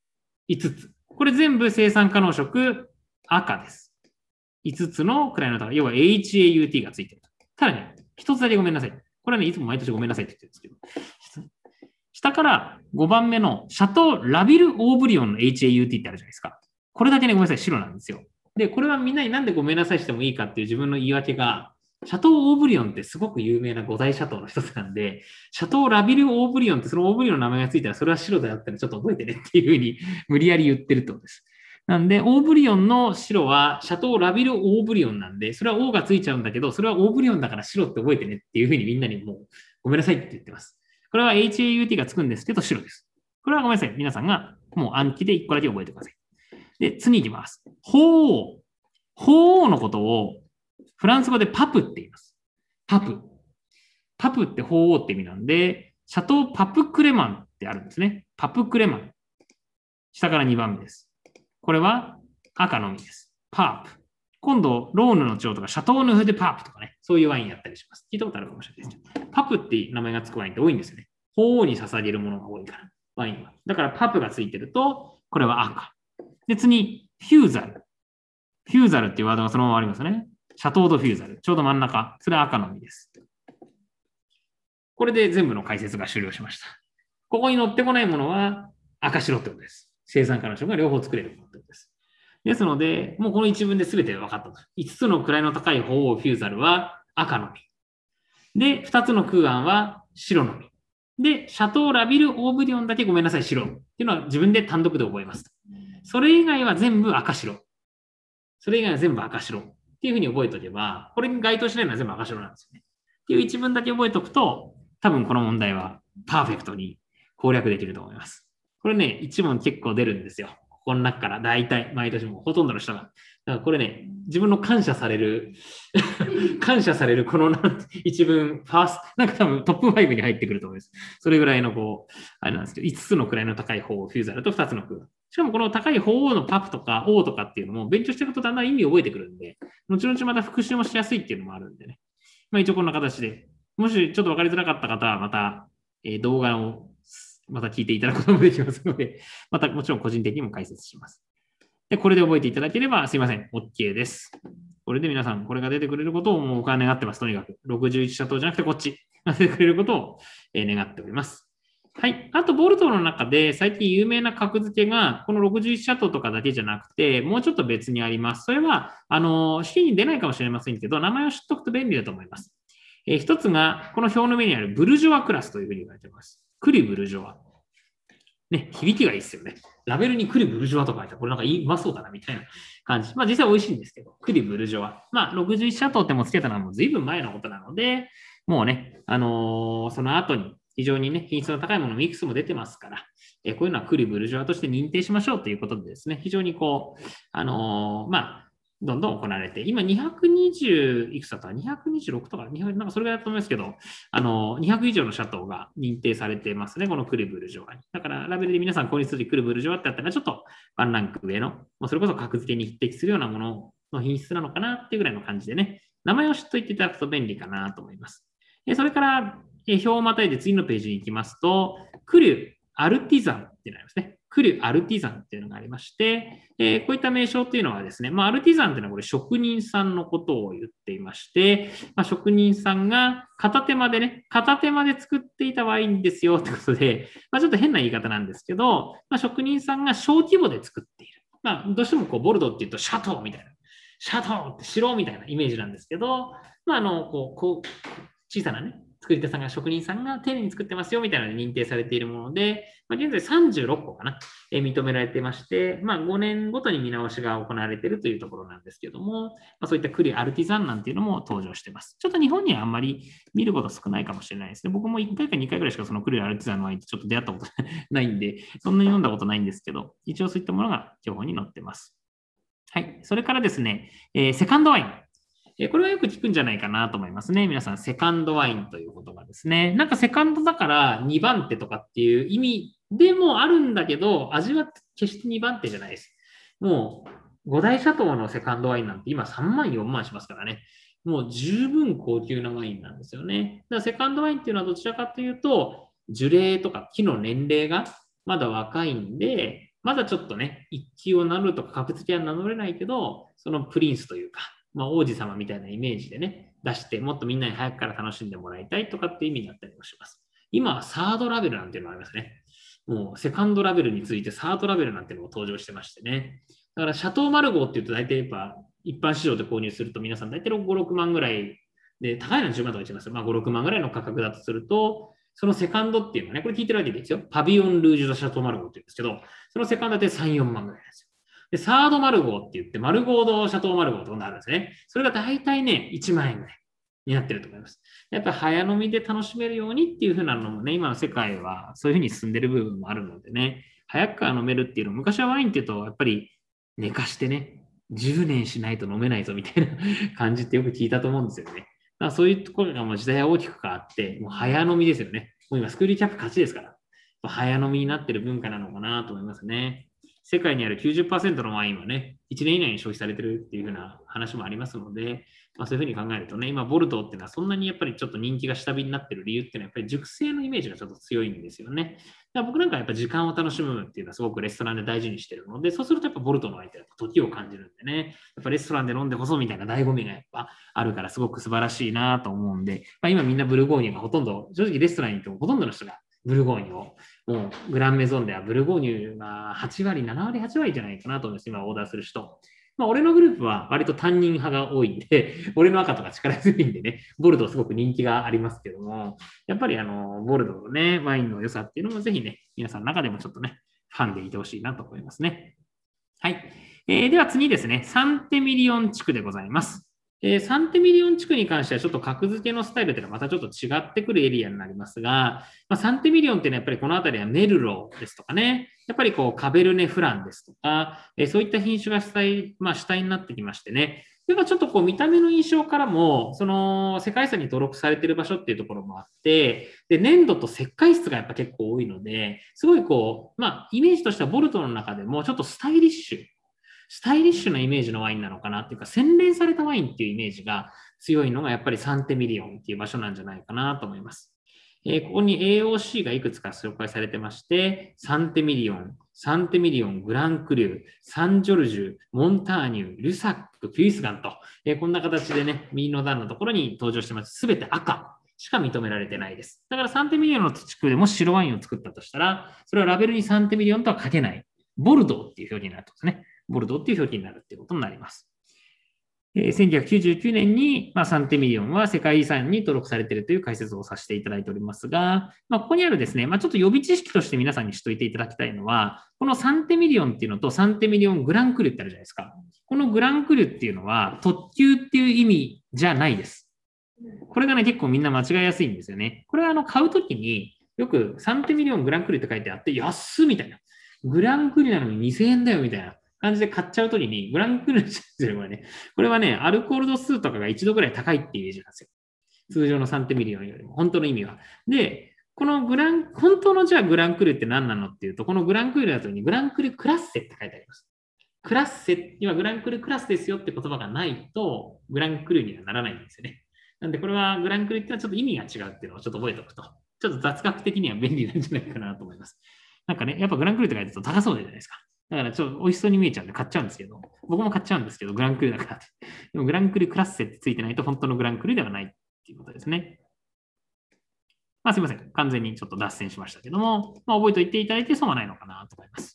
。5つ。これ全部生産可能色赤です。5つの位の高い、要は HAUT がついてる。ただね、1つだけごめんなさい。これはね、いつも毎年ごめんなさいって言ってるんですけど、下から5番目のシャトー・ラビル・オーブリオンの HAUT ってあるじゃないですか。これだけね、ごめんなさい、白なんですよ。 で、これはみんなになんでごめんなさいしてもいいかっていう自分の言い訳が、シャトー・オーブリオンってすごく有名な五大シャトーの一つなんで、シャトー・ラビル・オーブリオンってそのオーブリオンの名前がついたらそれは白であったらちょっと覚えてねっていうふうに無理やり言ってるってことです。なんで、オーブリオンの白はシャトー・ラビル・オーブリオンなんで、それは O がついちゃうんだけど、それはオーブリオンだから白って覚えてねっていうふうにみんなにもうごめんなさいって言ってます。これは HAUT がつくんですけど、白です。これはごめんなさい。皆さんがもう暗記で1個だけ覚えてください。で、次行きます。鳳凰。鳳凰のことをフランス語でパプって言います。パプ。パプって鳳凰って意味なんで、シャトー・パプクレマンってあるんですね。パプクレマン。下から2番目です。これは赤のみです。パープ。今度、ローヌの蝶とか、シャトーヌフでパープとかね、そういうワインやったりします。聞いたことあるかもしれないですけど、パプって名前がつくワインって多いんですよね。鳳凰に捧げるものが多いから、ワインは。だからパプがついてると、これは赤。で、次、フューザル。フューザルっていうワードがそのままありますね。シャトードフューザル。ちょうど真ん中。それは赤のみです。これで全部の解説が終了しました。ここに載ってこないものは赤白ってことです。生産可能性が両方作れるってことです。ですので、もうこの一文で全て分かったと。5つの位の高い鳳凰フューザルは赤のみ。で、2つの空案は白のみ。で、シャトーラビル・オーブリオンだけごめんなさい、白。っていうのは自分で単独で覚えます。それ以外は全部赤白。それ以外は全部赤白。っていうふうに覚えておけば、これに該当しないのは全部赤白なんですよね。っていう一文だけ覚えておくと、多分この問題はパーフェクトに攻略できると思います。これね、一問結構出るんですよ。この中から大体、毎年もほとんどの人が。だからこれね、自分の感謝される感謝されるこの一文、ファースト、なんか多分トップ5に入ってくると思います。それぐらいのこう、あれなんですけど、5つの位の高い方をフューザルと2つの空。しかもこの高い方のパプとか O とかっていうのも勉強していくとだんだん意味を覚えてくるんで、後々また復習もしやすいっていうのもあるんでね。まあ一応こんな形で、もしちょっと分かりづらかった方はまた、動画をまた聞いていただくこともできますので、またもちろん個人的にも解説します。で、これで覚えていただければすいません。OK です。これで皆さん、これが出てくれることを僕は願ってます。とにかく。61シャトーじゃなくてこっちが出てくれることを願っております。はい。あと、ボルトの中で最近有名な格付けが、この61シャトーとかだけじゃなくて、もうちょっと別にあります。それは、試験に出ないかもしれませんけど、名前を知っておくと便利だと思います。一つが、この表の上にあるブルジョワクラスというふうに言われています。クリブルジョワ。ね、響きがいいですよね。ラベルにクリブルジョワとか書いてある。これなんかうまそうだな、みたいな感じ。まあ実際美味しいんですけど、クリブルジョワ。まあ61シャトーってもつけたのはもう随分前のことなので、もうね、その後に非常にね、品質の高いものミックスも出てますから、こういうのはクリブルジョワとして認定しましょうということでですね、非常にこう、まあ、どんどん行われて、今220いくつだった ?226 とか、なんかそれぐらいだと思いますけど、200以上のシャトーが認定されてますね、このクリブルジョワに。だから、ラベルで皆さん購入するクリブルジョワってあったら、ちょっとワンランク上の、もうそれこそ格付けに匹敵するようなものの品質なのかなっていうぐらいの感じでね、名前を知っておいていただくと便利かなと思います。それから、表をまたいで次のページに行きますと、クリュアルティザンっていうのがありますね。クリュアルティザンっていうのがありまして、こういった名称っていうのはですね、まあ、アルティザンっていうのはこれ職人さんのことを言っていまして、まあ、職人さんが片手間で作っていたワインですよってことで、まあ、ちょっと変な言い方なんですけど、まあ、職人さんが小規模で作っている。まあ、どうしてもこうボルドって言うとシャトーみたいな、シャトーって城みたいなイメージなんですけど、まあ、こう小さなね、作り手さんが、職人さんが丁寧に作ってますよみたいなので認定されているもので、まあ、現在36個かな、認められていまして、まあ、5年ごとに見直しが行われているというところなんですけども、まあ、そういったクリアルティザンなんていうのも登場しています。ちょっと日本にはあんまり見ること少ないかもしれないですね。僕も1回か2回ぐらいしかそのクリアアルティザンのワインってちょっと出会ったことないんで、そんなに飲んだことないんですけど、一応そういったものが情報に載っています。はい。それからですね、セカンドワイン。これはよく聞くんじゃないかなと思いますね。皆さん、セカンドワインという言葉ですね。なんかセカンドだから2番手とかっていう意味でもあるんだけど、味は決して2番手じゃないです。もう、五大シャトーのセカンドワインなんて今3万、4万しますからね。もう十分高級なワインなんですよね。だからセカンドワインっていうのはどちらかというと、樹齢とか木の年齢がまだ若いんで、まだちょっとね、一級を名乗るとか格付けは名乗れないけど、そのプリンスというか、まあ、王子様みたいなイメージでね、出して、もっとみんなに早くから楽しんでもらいたいとかっていう意味になったりもします。今はサードラベルなんていうのがありますね。 もうセカンドラベルについてサードラベルなんていうのも登場してましてね。だからシャトーマルゴーっていうと大体やっぱ一般市場で購入すると皆さん大体5、6万ぐらいで、高いのは10万とか言ってます。まあ5、6万ぐらいの価格だとすると、そのセカンドっていうのはね、これ聞いてるわけですよ。パビオン・ルージュ・ザ・シャトー・マルゴーって言うんですけど、そのセカンドで3、4万ぐらいなんですよ。で、サード・マルゴーって言って、マルゴード・シャトー・マルゴーとなるんですね。それが大体ね、1万円ぐらいになってると思います。やっぱり早飲みで楽しめるようにっていう風なのもね、今の世界はそういう風に進んでる部分もあるのでね、早くから飲めるっていうの、昔はワインっていうと、やっぱり寝かしてね、10年しないと飲めないぞみたいな感じってよく聞いたと思うんですよね。そういうところがもう時代は大きく変わって、もう早飲みですよね。もう今、スクールキャップ勝ちですから、早飲みになってる文化なのかなと思いますね。世界にある 90% のワインはね、1年以内に消費されてるっていう風な話もありますので、そういうふうに考えるとね、今、ボルドーっていうのはそんなにやっぱりちょっと人気が下火になってる理由っていうのは、やっぱり熟成のイメージがちょっと強いんですよね。だから僕なんかやっぱ時間を楽しむっていうのはすごくレストランで大事にしてるので、そうするとやっぱボルトの相手は時を感じるんでね、やっぱレストランで飲んでこそみたいな醍醐味がやっぱあるからすごく素晴らしいなと思うんで、今みんなブルゴーニュがほとんど、正直レストランに行ってもほとんどの人がブルゴーニュを、もうグランメゾンではブルゴーニュが8割、7割、8割じゃないかなと思います、今オーダーする人。俺のグループは割と担任派が多いんで、俺の赤とか力強いんでね、ボルドーすごく人気がありますけども、やっぱりボルドーのね、ワインの良さっていうのもぜひね、皆さんの中でもちょっとね、ファンでいてほしいなと思いますね。はい。では次ですね、サンテミリオン地区でございます。サンテミリオン地区に関してはちょっと格付けのスタイルというのはまたちょっと違ってくるエリアになりますが、サンテミリオンっていうのはやっぱりこの辺りはメルローですとかね、やっぱりこうカベルネ・フランですとか、そういった品種が主体になってきましてね、やっぱちょっとこう見た目の印象からも、その世界遺産に登録されている場所っていうところもあって、で、粘土と石灰質がやっぱ結構多いので、すごいこう、イメージとしてはボルトの中でもちょっとスタイリッシュなイメージのワインなのかなっていうか、洗練されたワインっていうイメージが強いのがやっぱりサンテミリオンっていう場所なんじゃないかなと思います。ここに AOC がいくつか紹介されてまして、サンテミリオン、グランクリュー、サンジョルジュ、モンターニュ、ルサック、ピュイスガンと、こんな形でね、右の段のところに登場してます。すべて赤しか認められてないです。だからサンテミリオンの地区でも白ワインを作ったとしたら、それはラベルにサンテミリオンとは書けない。ボルドーっていう表記になるんですね。ボルドーっていう表記になるっていうことになります。1999年に、サンテミリオンは世界遺産に登録されているという解説をさせていただいておりますが、ここにあるですね、ちょっと予備知識として皆さんに知っておいていただきたいのは、このサンテミリオンっていうのとサンテミリオングランクリュってあるじゃないですか。このグランクリュっていうのは特級っていう意味じゃないです。これがね、結構みんな間違いやすいんですよね。これは買うときによくサンテミリオングランクリュって書いてあって、安っみたいな。グランクリュなのに2000円だよみたいな。感じで買っちゃうときに、グランクルですよ、これね。これはね、アルコール度数とかが1度ぐらい高いっていうイメージなんですよ。通常のサンテミリオンよりも、本当の意味は。で、この本当のじゃあグランクルって何なのっていうと、このグランクルの後にグランクルクラッセって書いてあります。クラッセにはグランクルクラスですよって言葉がないと、グランクルにはならないんですよね。なんで、これはグランクルってのはちょっと意味が違うっていうのをちょっと覚えておくと、ちょっと雑学的には便利なんじゃないかなと思います。なんかね、やっぱグランクルって書いてると高そうじゃないですか。だからちょっと美味しそうに見えちゃうんで買っちゃうんですけど、僕も買っちゃうんですけど、グランクルだからって。でもグランクルクラッセってついてないと本当のグランクルではないっていうことですね。すいません。完全にちょっと脱線しましたけども、覚えておいていただいて損はないのかなと思います。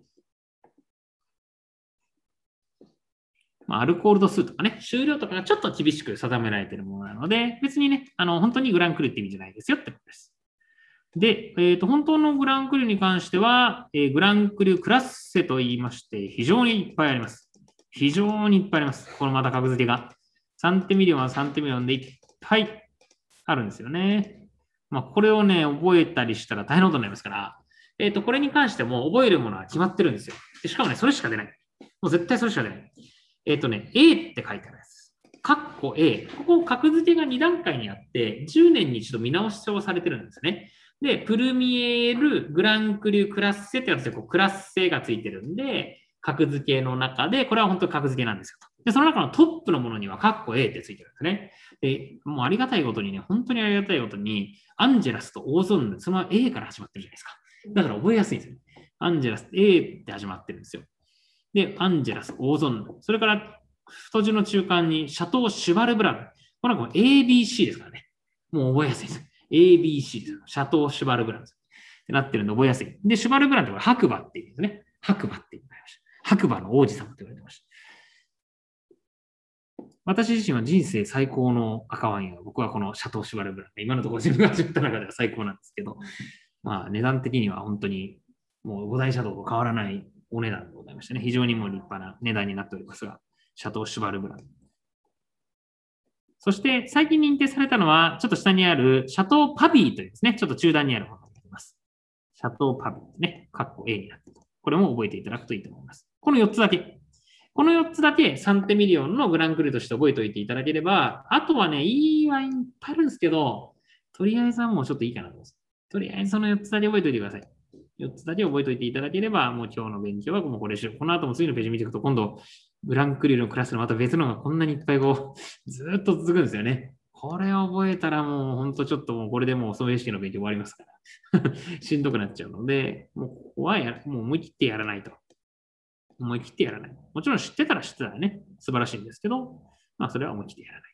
アルコール度数とかね、終了とかがちょっと厳しく定められているものなので、別にね、本当にグランクルって意味じゃないですよってことです。で、本当のグランクルに関しては、グランクルクラッセと言いまして、非常にいっぱいあります。非常にいっぱいあります。このまた格付けが。サンテミリオンはサンテミリオンでいっぱいあるんですよね。これをね、覚えたりしたら大変なことになりますから、これに関しても覚えるものは決まってるんですよ。でしかもね、それしか出ない。もう絶対それしか出ない。A って書いてあるやつ。カッコ A。ここ格付けが2段階にあって、10年に一度見直しをされてるんですね。で、プルミエール、グランクリュー、クラッセってやつでクラッセがついてるんで、格付けの中で、これは本当に格付けなんですよ。で、その中のトップのものにはカッコ A ってついてるんですね。で、もうありがたいことにね、本当にありがたいことに、アンジェラスとオーゾンヌ、その A から始まってるじゃないですか。だから覚えやすいんですよ。アンジェラス、A って始まってるんですよ。で、アンジェラス、オーゾンヌ。それから、太字の中間に、シャトー・シュバルブラグ。これはABC ですからね。もう覚えやすいです。ABC です。シャトー・シュバルブラグです。 ってなってるので覚えやすい。で、シュバルブランってこれ白馬っていうんですね。白馬って言われました。白馬の王子様って言われてました。私自身は人生最高の赤ワインは、僕はこのシャトー・シュバルブラン。今のところ自分が始めた中では最高なんですけど、まあ値段的には本当にもう五大シャトーと変わらないお値段でございましてね、非常にもう立派な値段になっておりますが、シャトー・シュバルブラン。そして最近認定されたのは、ちょっと下にあるシャトー・パビーというですね、ちょっと中段にあるものになります。シャトー・パビーね、カッコ A になっている。これも覚えていただくといいと思います。この4つだけ。この4つだけサンテミリオンのグランクルとして覚えておいていただければ、あとはね、いいワインいっぱいあるんですけど、とりあえずはもうちょっといいかなと思います。とりあえずその4つだけ覚えておいてください。4つだけ覚えておいていただければ、もう今日の勉強はもうこれでしょ。この後も次のページ見ていくと、今度、グランクリルのクラスのまた別のがこんなにいっぱいこう、ずっと続くんですよね。これを覚えたらもう本当ちょっともうこれでもう総合式の勉強終わりますから。しんどくなっちゃうので、もうここはもう思い切ってやらないと。思い切ってやらない。もちろん知ってたら知ってたらね、素晴らしいんですけど、まあそれは思い切ってやらない。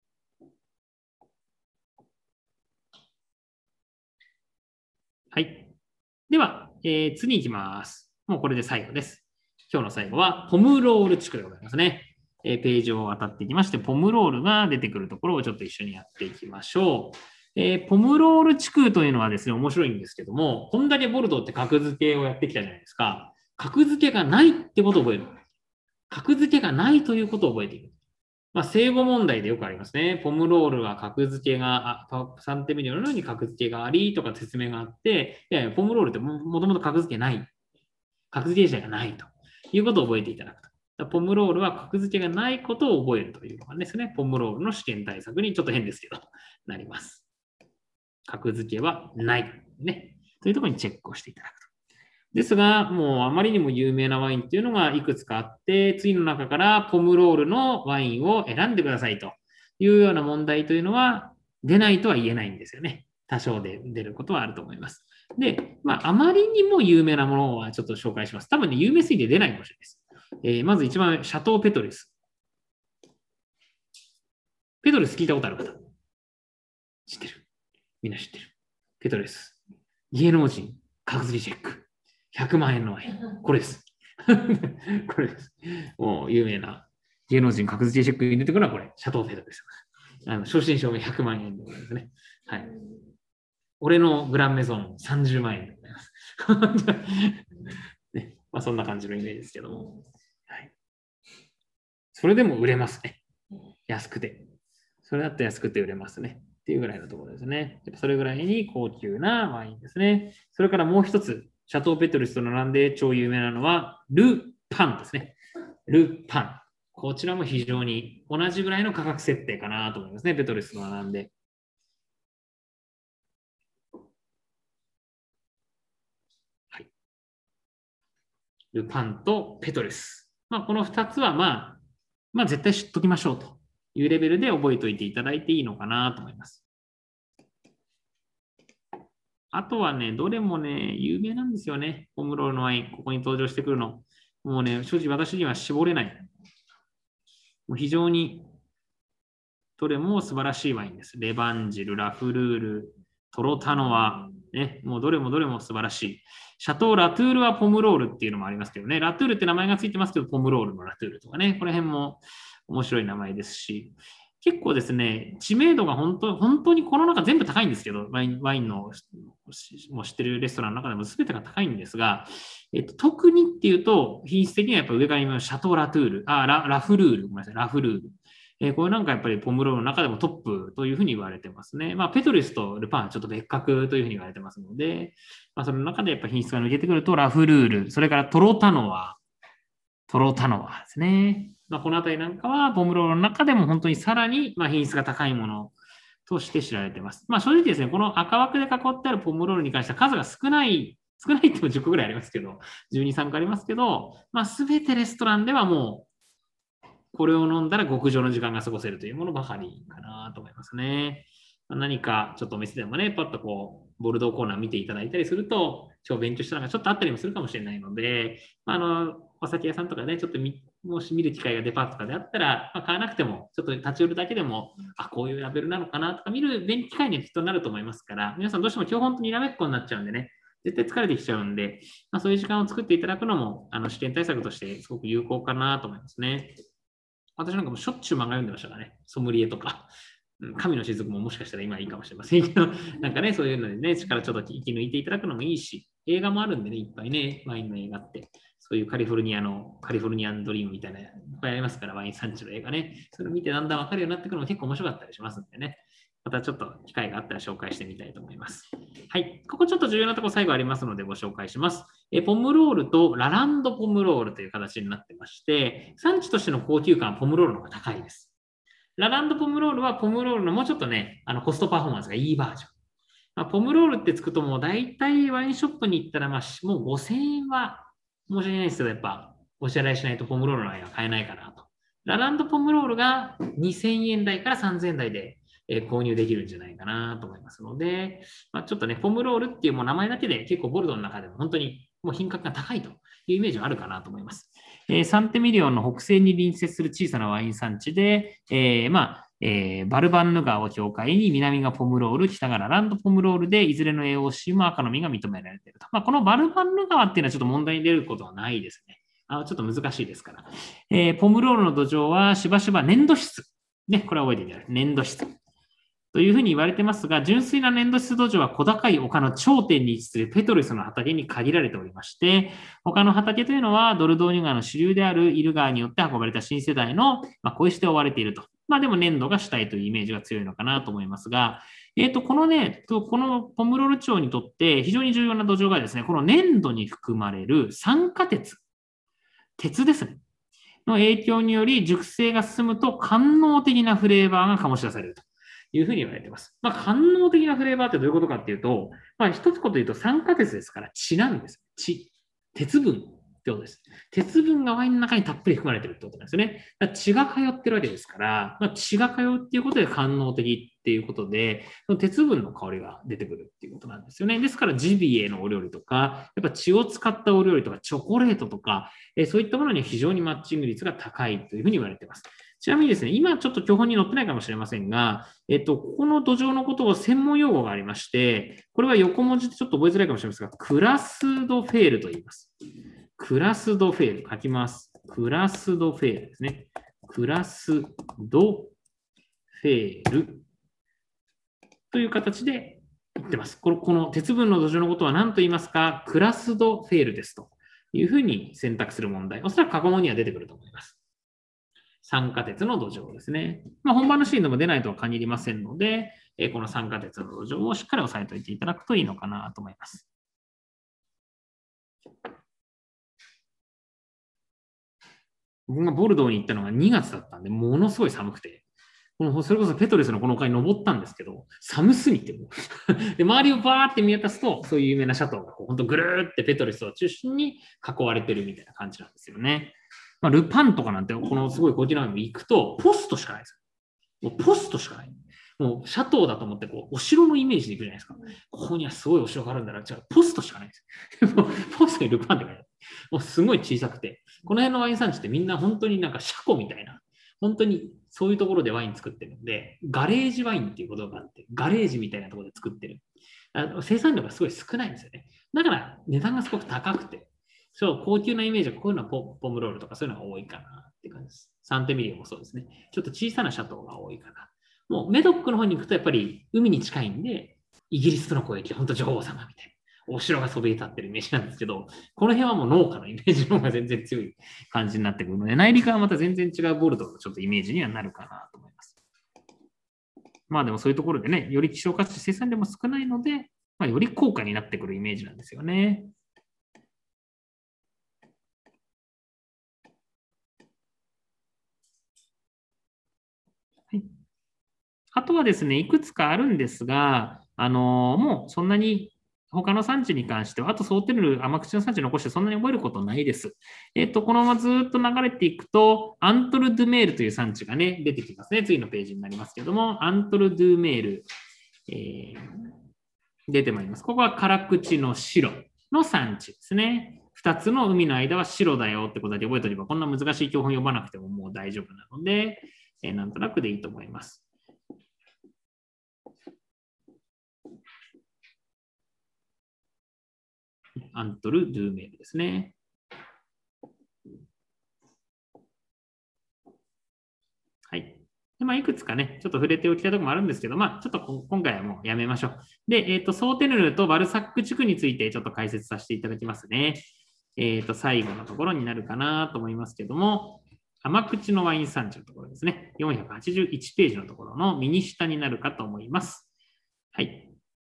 はい。では、次に行きます。もうこれで最後です。今日の最後は、ポムロール地区でございますね。ページを渡っていきまして、ポムロールが出てくるところをちょっと一緒にやっていきましょう。ポムロール地区というのはですね、面白いんですけども、こんだけボルドーって格付けをやってきたじゃないですか。格付けがないってことを覚える。格付けがないということを覚えている。まあ、正誤問題でよくありますね。ポムロールは格付けが、サンテミリオのように格付けがありとか説明があって、いやいや、ポムロールってもともと格付けない。格付け自体がないということを覚えていただくと。ポムロールは格付けがないことを覚えるというのがですね、ポムロールの試験対策にちょっと変ですけど、なります。格付けはない。ね。というところにチェックをしていただくと。ですが、もうあまりにも有名なワインっていうのがいくつかあって、次の中からポムロールのワインを選んでくださいというような問題というのは出ないとは言えないんですよね。多少で出ることはあると思います。で、まあ、あまりにも有名なものはちょっと紹介します。多分ね、有名すぎて出ないかもしれないです。まず一番、シャトー・ペトレス。ペトレス聞いたことある方知ってる。みんな知ってる。ペトレス。芸能人、格付けチェック。100万円のワイン。これです。これです。もう有名な芸能人格付けチェックに出てくるのはこれ、シャトー・ペトレス。正真正銘100万円でございますね。はい。俺のグランメゾン30万円でございます。ね、まあ、そんな感じのイメージですけども。はい、それでも売れますね。安くて。それだと安くて売れますね。っていうぐらいのところですね。それぐらいに高級なワインですね。それからもう一つ、シャトー・ペトルスと並んで超有名なのは、ル・パンですね。ル・パン。こちらも非常に同じぐらいの価格設定かなと思いますね。ペトルスと並んで。はい。ル・パンとペトルス。まあ、この2つはまあ絶対知っときましょうというレベルで覚えておいていただいていいのかなと思います。あとはね、どれもね、有名なんですよね。ポムロールのワイン、ここに登場してくるの。もうね、正直私には絞れない。もう非常に、どれも素晴らしいワインです。レバンジル、ラフルール、トロタノワ、ね、もうどれもどれも素晴らしい。シャトー・ラトゥールはポムロールっていうのもありますけどね、ラトゥールって名前がついてますけど、ポムロールのラトゥールとかね、この辺も面白い名前ですし、結構ですね、知名度が本当にこの中全部高いんですけど、ワインのもう知ってるレストランの中でも全てが高いんですが、特にっていうと、品質的にはやっぱ上から見シャトー・ラトゥール、ラフルール、ごめんなさい、ラフルール。これなんかやっぱりポムロールの中でもトップというふうに言われてますね。まあ、ペトリスとルパンはちょっと別格というふうに言われてますので、まあ、その中でやっぱ品質が抜けてくるとラフルール、それからトロタノワですね。まあ、このあたりなんかはポムロールの中でも本当にさらにまあ品質が高いものとして知られています。まあ、正直ですね、この赤枠で囲ってあるポムロールに関しては数が少ないっても10個ぐらいありますけど、12、3個ありますけど、まあ、全てレストランではもうこれを飲んだら極上の時間が過ごせるというものばかりかなと思いますね。何かちょっとお店でもね、パッとこう、ボルドーコーナー見ていただいたりすると、今日勉強したのがちょっとあったりもするかもしれないので、お酒屋さんとかね、ちょっともし見る機会がデパートとかであったら、買わなくても、ちょっと立ち寄るだけでも、こういうラベルなのかなとか見る便利機会にはきっとなると思いますから、皆さんどうしても今日本当ににらめっこになっちゃうんでね、 絶対疲れてきちゃうんで、そういう時間を作っていただくのも、試験対策としてすごく有効かなと思いますね。私なんかもしょっちゅう漫画読んでましたからね。ソムリエとか。神の雫ももしかしたら今いいかもしれませんけど、なんかね、そういうのでね、力ちょっと息抜いていただくのもいいし、映画もあるんでね、いっぱいね、ワインの映画って、そういうカリフォルニアのカリフォルニアンドリームみたいな、いっぱいありますから、ワイン産地の映画ね、それを見てだんだん分かるようになってくるのも結構面白かったりしますんでね、またちょっと機会があったら紹介してみたいと思います。はい、ここちょっと重要なところ最後ありますのでご紹介します。ポムロールとラランドポムロールという形になってまして、産地としての高級感はポムロールの方が高いです。ラランドポムロールはポムロールのもうちょっとね、コストパフォーマンスがいいバージョン。ポムロールってつくともう大体ワインショップに行ったら、もう5000円は申し訳ないですけど、やっぱお支払いしないとポムロールのワインは買えないかなと。ラランドポムロールが2000円台から3000円台で購入できるんじゃないかなと思いますので、ちょっとね、ポムロールっていうもう名前だけで結構ボルドーの中でも本当にもう品格が高いというイメージはあるかなと思います。サンテミリオンの北西に隣接する小さなワイン産地で、バルバンヌ川を境界に南がポムロール、北がラランドポムロールで、いずれの AOC も赤の実が認められていると。このバルバンヌ川っていうのはちょっと問題に出ることはないですね。ちょっと難しいですから。ポムロールの土壌はしばしば粘土質。ね、これは覚えていただく。粘土質。というふうに言われてますが、純粋な粘土質土壌は小高い丘の頂点に位置するペトルスの畑に限られておりまして、他の畑というのはドルドーニュ川の主流であるイル川によって運ばれた新世代の小石で覆われていると。でも粘土が主体というイメージが強いのかなと思いますが、このポムロール町にとって非常に重要な土壌がですね、この粘土に含まれる酸化鉄、鉄ですね、の影響により熟成が進むと官能的なフレーバーが醸し出されるというふうに言われています。官能的なフレーバーってどういうことかっていうと、一つこと言うと酸化鉄ですから血なんです。血。鉄分ってことです。鉄分がワインの中にたっぷり含まれてるってことなんですよね。血が通ってるわけですから、血が通うっていうことで官能的っていうことで、その鉄分の香りが出てくるっていうことなんですよね。ですからジビエのお料理とか、やっぱ血を使ったお料理とか、チョコレートとか、そういったものには非常にマッチング率が高いというふうに言われています。ちなみにですね、今ちょっと教本に載ってないかもしれませんが、ここの土壌のことを専門用語がありまして、これは横文字でちょっと覚えづらいかもしれませんが、クラスドフェールと言います。クラスドフェール、書きます。クラスドフェールですね。クラスドフェールという形で言ってます。この鉄分の土壌のことは何と言いますか？クラスドフェールですというふうに選択する問題。おそらく過去問には出てくると思います。酸化鉄の土壌ですね。本番のシーンでも出ないとは限りませんので、この酸化鉄の土壌をしっかり押さえておいていただくといいのかなと思います。僕がボルドーに行ったのが2月だったんで、ものすごい寒くて、それこそペトレスのこの丘に登ったんですけど、寒すぎてもで、周りをバーって見渡すと、そういう有名なシャトーが本当ぐるーってペトレスを中心に囲われてるみたいな感じなんですよね。ルパンとかなんて、このすごいこちらに行くと、ポストしかないです。もうポストしかない。もうシャトーだと思ってお城のイメージでいくじゃないですか。ここにはすごいお城があるんだな。じゃあポストしかないです。ポストにルパンって書いてある。もうすごい小さくて、この辺のワイン産地ってみんな本当になんか車庫みたいな、本当にそういうところでワイン作ってるんで、ガレージワインっていうことがあって、ガレージみたいなところで作ってる。生産量がすごい少ないんですよね。だから値段がすごく高くて、高級なイメージはこういうのはポムロールとかそういうのが多いかなって感じです。サンテミリオもそうですね。ちょっと小さなシャトーが多いかな。もうメドックの方に行くとやっぱり海に近いんで、イギリスとの交易、本当女王様みたいな。お城がそびえ立ってるイメージなんですけど、この辺はもう農家のイメージの方が全然強い感じになってくるので、内陸はまた全然違うボルドーのちょっとイメージにはなるかなと思います。でもそういうところでね、より希少価値、生産量も少ないので、より高価になってくるイメージなんですよね。はい、あとはですね、いくつかあるんですが、もうそんなに他の産地に関しては、あとソーテル甘口の産地残してそんなに覚えることないです。このままずっと流れていくと、アントル・ドゥメールという産地がね、出てきますね。次のページになりますけども、アントル・ドゥメール、出てまいります。ここは辛口の白の産地ですね。2つの海の間は白だよってことで覚えておけば、こんな難しい教本読まなくてももう大丈夫なので、なんとなくでいいと思います。 アントル・ドゥーメールですね。はい。でいくつかね、ちょっと触れておきたいところもあるんですけど、ちょっと今回はもうやめましょう。で、ソーテルヌとバルサック地区についてちょっと解説させていただきますね。最後のところになるかなと思いますけども、甘口のワイン産地のところですね。481ページのところの右下になるかと思います。はい。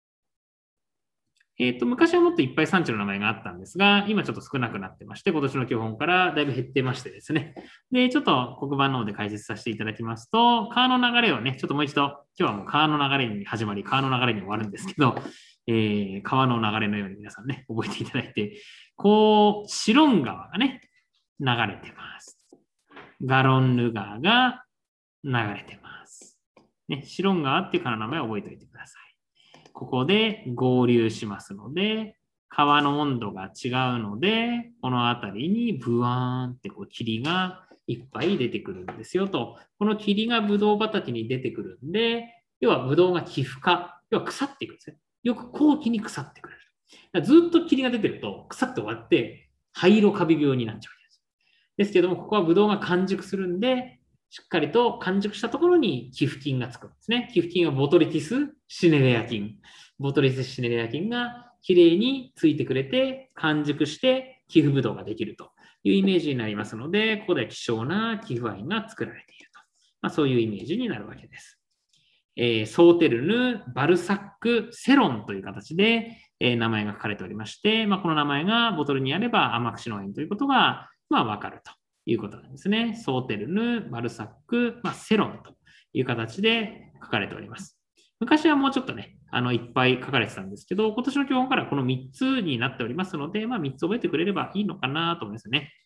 昔はもっといっぱい産地の名前があったんですが、今ちょっと少なくなってまして、今年の基本からだいぶ減ってましてですね。で、ちょっと黒板の方で解説させていただきますと、川の流れをね、ちょっともう一度、今日はもう川の流れに始まり、川の流れに終わるんですけど、川の流れのように皆さんね、覚えていただいて、こう、シロン川がね、流れてます。ガロンヌ川が流れてます。ね、シロン川っていう川の名前を覚えておいてください。ここで合流しますので、川の温度が違うので、この辺りにブワーンってこう霧がいっぱい出てくるんですよと。この霧がブドウ畑に出てくるんで、要はブドウが寄付化、要は腐っていくんですね。よく後期に腐ってくれる。ずっと霧が出てると腐って終わって灰色カビ病になっちゃうわけです。ですけども、ここはブドウが完熟するんで、しっかりと完熟したところに寄付菌がつくんですね。寄付菌はボトリティスシネレア菌。ボトリティスシネレア菌がきれいについてくれて、完熟して寄付ブドウができるというイメージになりますので、ここで希少な寄付ワインが作られていると。そういうイメージになるわけです。ソーテルヌ、バルサック、セロンという形で、名前が書かれておりまして、この名前がボトルにあれば甘口のワインということが、わかるということなんですね。ソーテルヌ、バルサック、セロンという形で書かれております。昔はもうちょっとね、いっぱい書かれてたんですけど、今年の基本からこの3つになっておりますので、3つ覚えてくれればいいのかなと思いますね。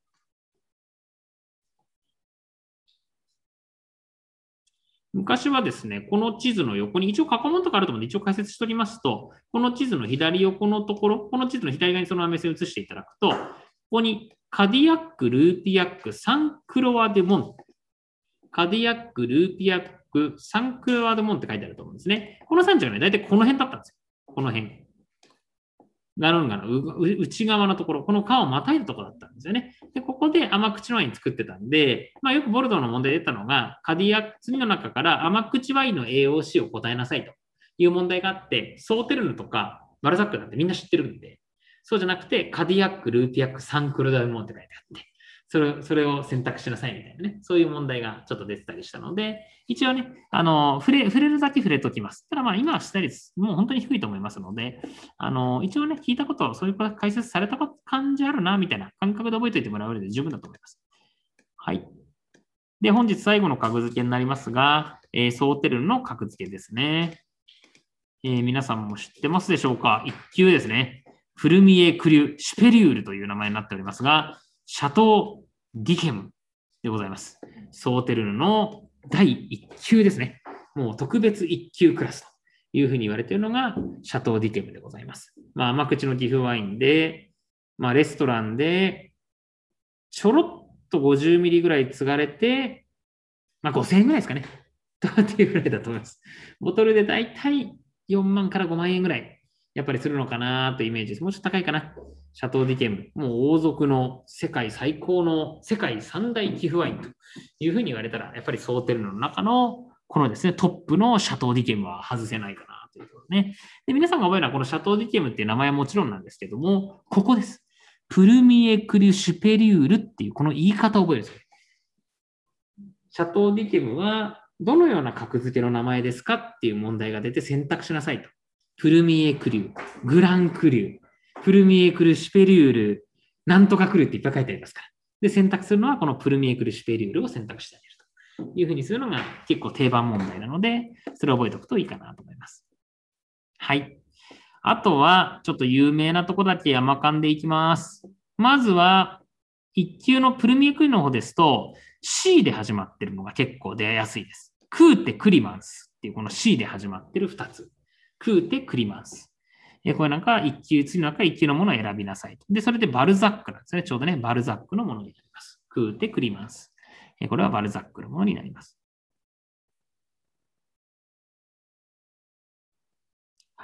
昔はですね、この地図の横に、一応過去問とかあると思うので、一応解説しておりますと、この地図の左横のところ、この地図の左側にそのまま目線を移していただくと、ここにカディアック、ルーピアック、サンクロワ・デ・モン。カディアック、ルーピアック、サンクロワ・デ・モンって書いてあると思うんですね。この産地がね、大体この辺だったんですよ。この辺。ガロンガの内側のところ、この川をまたいだところだったんですよね。で、ここで甘口のワイン作ってたんで、よくボルドーの問題で出たのが、カディアック、次の中から甘口ワインの AOC を答えなさいという問題があって、ソーテルヌとかバルザックなんてみんな知ってるんで、そうじゃなくて、カディアック、ルーピアック、サンクルダルモンって書いてあって、それを選択しなさいみたいなね、そういう問題がちょっと出てたりしたので、一応ね、触れるだけ触れときます。ただ今はしたり、もう本当に低いと思いますので、一応ね、聞いたこと、そういう解説された感じあるな、みたいな感覚で覚えておいてもらうので十分だと思います。はい。で、本日最後の格付けになりますが、ソーテルの格付けですね。皆さんも知ってますでしょうか？ 1 級ですね。フルミエ・クリュ・シュペリュールという名前になっておりますが、シャトー・ディケムでございます。ソーテルの第1級ですね。もう特別1級クラスというふうに言われているのがシャトー・ディケムでございます。甘口の岐阜ワインで、レストランでちょろっと50ミリぐらい継がれて、5000円ぐらいですかね。っていうぐらいだと思います。ボトルでだいたい4万から5万円ぐらい、やっぱりするのかなというイメージです。もうちょっと高いかな。シャトー・ディケム。もう王族の世界最高の世界三大寄付ワインというふうに言われたら、やっぱりソーテルの中のこのですね、トップのシャトー・ディケムは外せないかなということね。で、皆さんが覚えるのはこのシャトー・ディケムっていう名前はもちろんなんですけども、ここです。プルミエ・クリュ・シュペリュールっていうこの言い方を覚えるんですよ。シャトー・ディケムはどのような格付けの名前ですかっていう問題が出て選択しなさいと。プルミエ・クリュ、グラン・クリュ、プルミエ・クリュ・シュペリュール、なんとかクリュっていっぱい書いてありますから。で、選択するのはこのプルミエ・クリュ・シュペリュールを選択してあげるというふうにするのが結構定番問題なので、それを覚えておくといいかなと思います。はい。あとは、ちょっと有名なとこだけ山間でいきます。まずは、1級のプルミエ・クリュの方ですと、C で始まってるのが結構出やすいです。クーテ・クリマンスっていうこの C で始まってる2つ。クーテ・クリマンス。これなんか1級、次の中1級のものを選びなさい。で、それでバルザックなんですね。ちょうどね、バルザックのものになります。クーテ・クリマンス。これはバルザックのものになります。はい。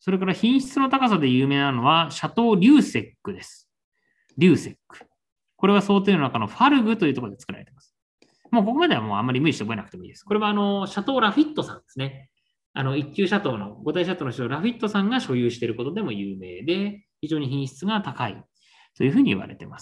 それから品質の高さで有名なのは、シャトー・リューセックです。リューセック。これは想定の中のファルグというところで作られています。もうここまではもうあんまり無理して覚えなくてもいいです。これはシャトー・ラフィットさんですね。一級シャトーの、五大シャトーの人、ラフィットさんが所有していることでも有名で、非常に品質が高いというふうに言われています。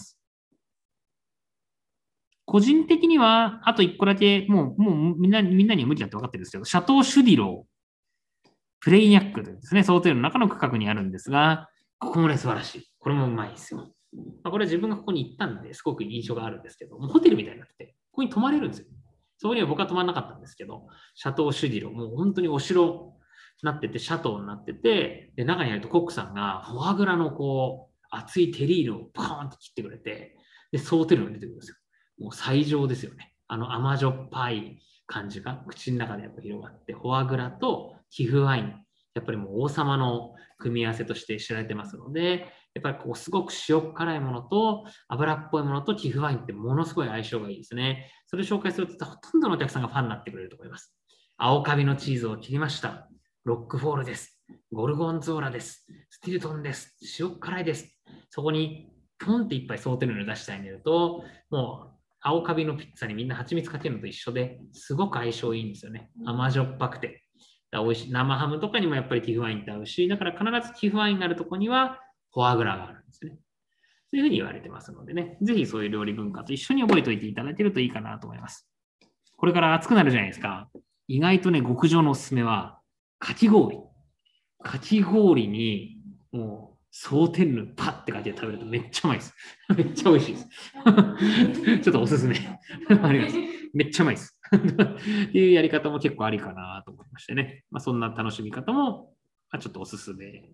個人的には、あと一個だけ、もうみんなには無理だって分かってるんですけど、シャトー・シュディロー、プレイニャックというですね、想定の中の区画にあるんですが、ここもね、素晴らしい。これもうまいですよ。これは自分がここに行ったんで、すごく印象があるんですけど、もうホテルみたいになってて、ここに泊まれるんですよ。そこには僕は泊まらなかったんですけど、シャトー・シュディロ、もう本当にお城になってて、シャトーになってて、で、中に入るとコックさんがフォアグラのこう、熱いテリーヌをパーンって切ってくれて、で、ソーテルが出てくるんですよ。もう最上ですよね。甘じょっぱい感じが口の中でやっぱ広がって、フォアグラと寄付ワイン、やっぱりもう王様の組み合わせとして知られてますので、やっぱりこうすごく塩辛いものと油っぽいものと寄付ワインってものすごい相性がいいですね。それを紹介するとほとんどのお客さんがファンになってくれると思います。青カビのチーズを切りました。ロックフォールです。ゴルゴンゾーラです。スティルトンです。塩辛いです。そこにポンって一杯ソーテルの出したいんだと、もう青カビのピッツァにみんな蜂蜜かけるのと一緒ですごく相性いいんですよね。甘じょっぱくて。美味しい。生ハムとかにもやっぱりティフワインって合うし、だから必ずティフワインがあるところにはフォアグラがあるんですね。そういうふうに言われてますのでね、ぜひそういう料理文化と一緒に覚えておいていただけるといいかなと思います。これから暑くなるじゃないですか。意外とね、極上のおすすめは、かき氷。かき氷に、もう、ソーテンヌパッて感じで食べるとめっちゃうまいです。めっちゃ美味しいです。ちょっとおすすめ。あります。めっちゃうまいです。っていうやり方も結構ありかなと思いましてね。そんな楽しみ方も、ちょっとおすすめ。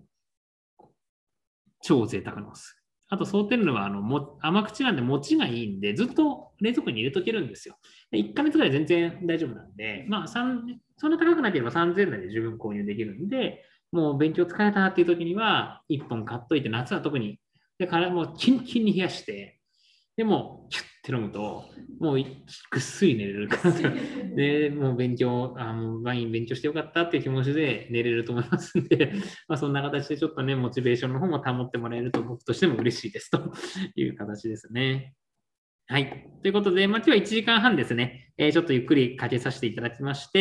超贅沢なおすすめ。あと、ソーテンヌは甘口なんで餅がいいんで、ずっと冷蔵庫に入れとけるんですよ。1ヶ月ぐらい全然大丈夫なんで、そんな高くなければ3000円台で十分購入できるんで、もう勉強疲れたっていう時には、1本買っといて、夏は特に、で、体もキンキンに冷やして、でも、キュッて飲むと、もうぐっすり寝れるから、で、もうワイン勉強してよかったっていう気持ちで寝れると思いますんで、そんな形でちょっとね、モチベーションの方も保ってもらえると僕としても嬉しいですという形ですね。はい。ということで、今日は1時間半ですね、ちょっとゆっくりかけさせていただきまして、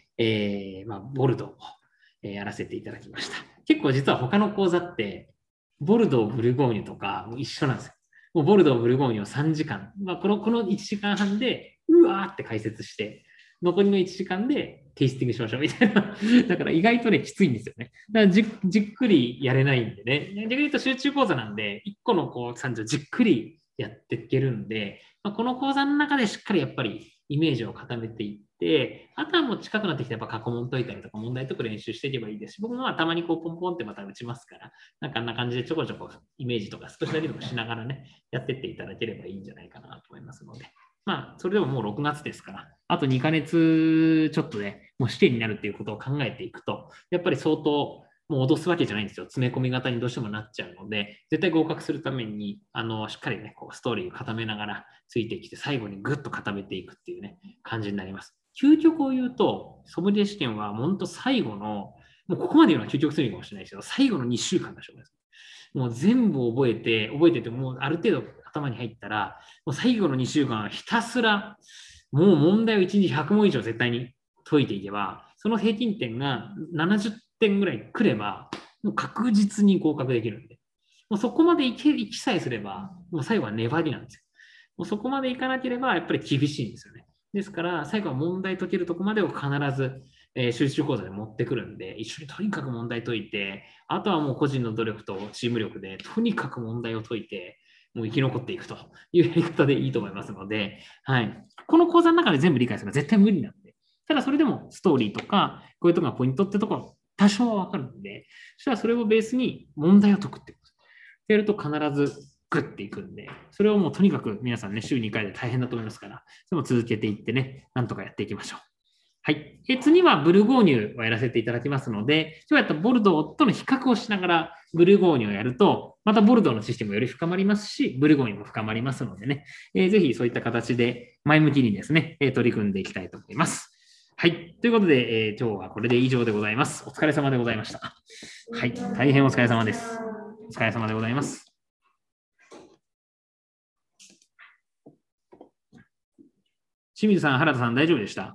ボルドーを、やらせていただきました。結構実は他の講座って、ボルドー、ブルゴーニュとか一緒なんですよ。もうボルドー、ブルゴーニュを3時間、この1時間半で、うわーって解説して、残りの1時間でテイスティングしましょうみたいな。だから意外とね、きついんですよね。だからじっくりやれないんでね。逆に言うと集中講座なんで、1個のこう、産地をじっくりやっていけるんで、この講座の中でしっかりやっぱりイメージを固めていって、あとはもう近くなってきてやっぱ過去問解いたりとか問題解く練習していけばいいですし、僕もたまにこうポンポンってまた打ちますから、あんな感じでちょこちょこイメージとか少しだけでもしながらね、やってっていただければいいんじゃないかなと思いますので。それでももう6月ですから、あと2ヶ月ちょっとでもう試験になるっていうことを考えていくと、やっぱり相当もう脅すわけじゃないんですよ。詰め込み型にどうしてもなっちゃうので、絶対合格するために、しっかりね、こうストーリーを固めながらついてきて、最後にぐっと固めていくっていうね、感じになります。究極を言うと、ソムリエ試験は本当最後の、もうここまで言うのは究極すぎるかもしれないですけど、最後の2週間でしょうね。もう全部覚えてて、もうある程度頭に入ったら、もう最後の2週間はひたすら、もう問題を1日100問以上絶対に解いていけば、その平均点が70点ぐらい来れば、もう確実に合格できるんで、もうそこまで行きさえすれば、もう最後は粘りなんですよ。もうそこまでいかなければ、やっぱり厳しいんですよね。ですから、最後は問題解けるとこまでを必ず、集中講座で持ってくるんで、一緒にとにかく問題解いて、あとはもう個人の努力とチーム力で、とにかく問題を解いて、もう生き残っていくというやり方でいいと思いますので、はい。この講座の中で全部理解するのは絶対無理なんで、ただそれでもストーリーとか、こういうところがポイントってところ、多少はわかるんで、そしたらそれをベースに問題を解くってこと。やると必ずグッていくんで、それをもうとにかく皆さんね、週2回で大変だと思いますから、それも続けていってね、なんとかやっていきましょう。はい。次はブルゴーニュをやらせていただきますので、今日やったボルドーとの比較をしながらブルゴーニュをやると、またボルドーの知識もより深まりますし、ブルゴーニュも深まりますのでね、ぜひそういった形で前向きにですね、取り組んでいきたいと思います。 はい。ということで、今日はこれで以上でございます。お疲れ様でございました。はい。大変お疲れ様です。お疲れ様でございます。清水さん、原田さん、大丈夫でした？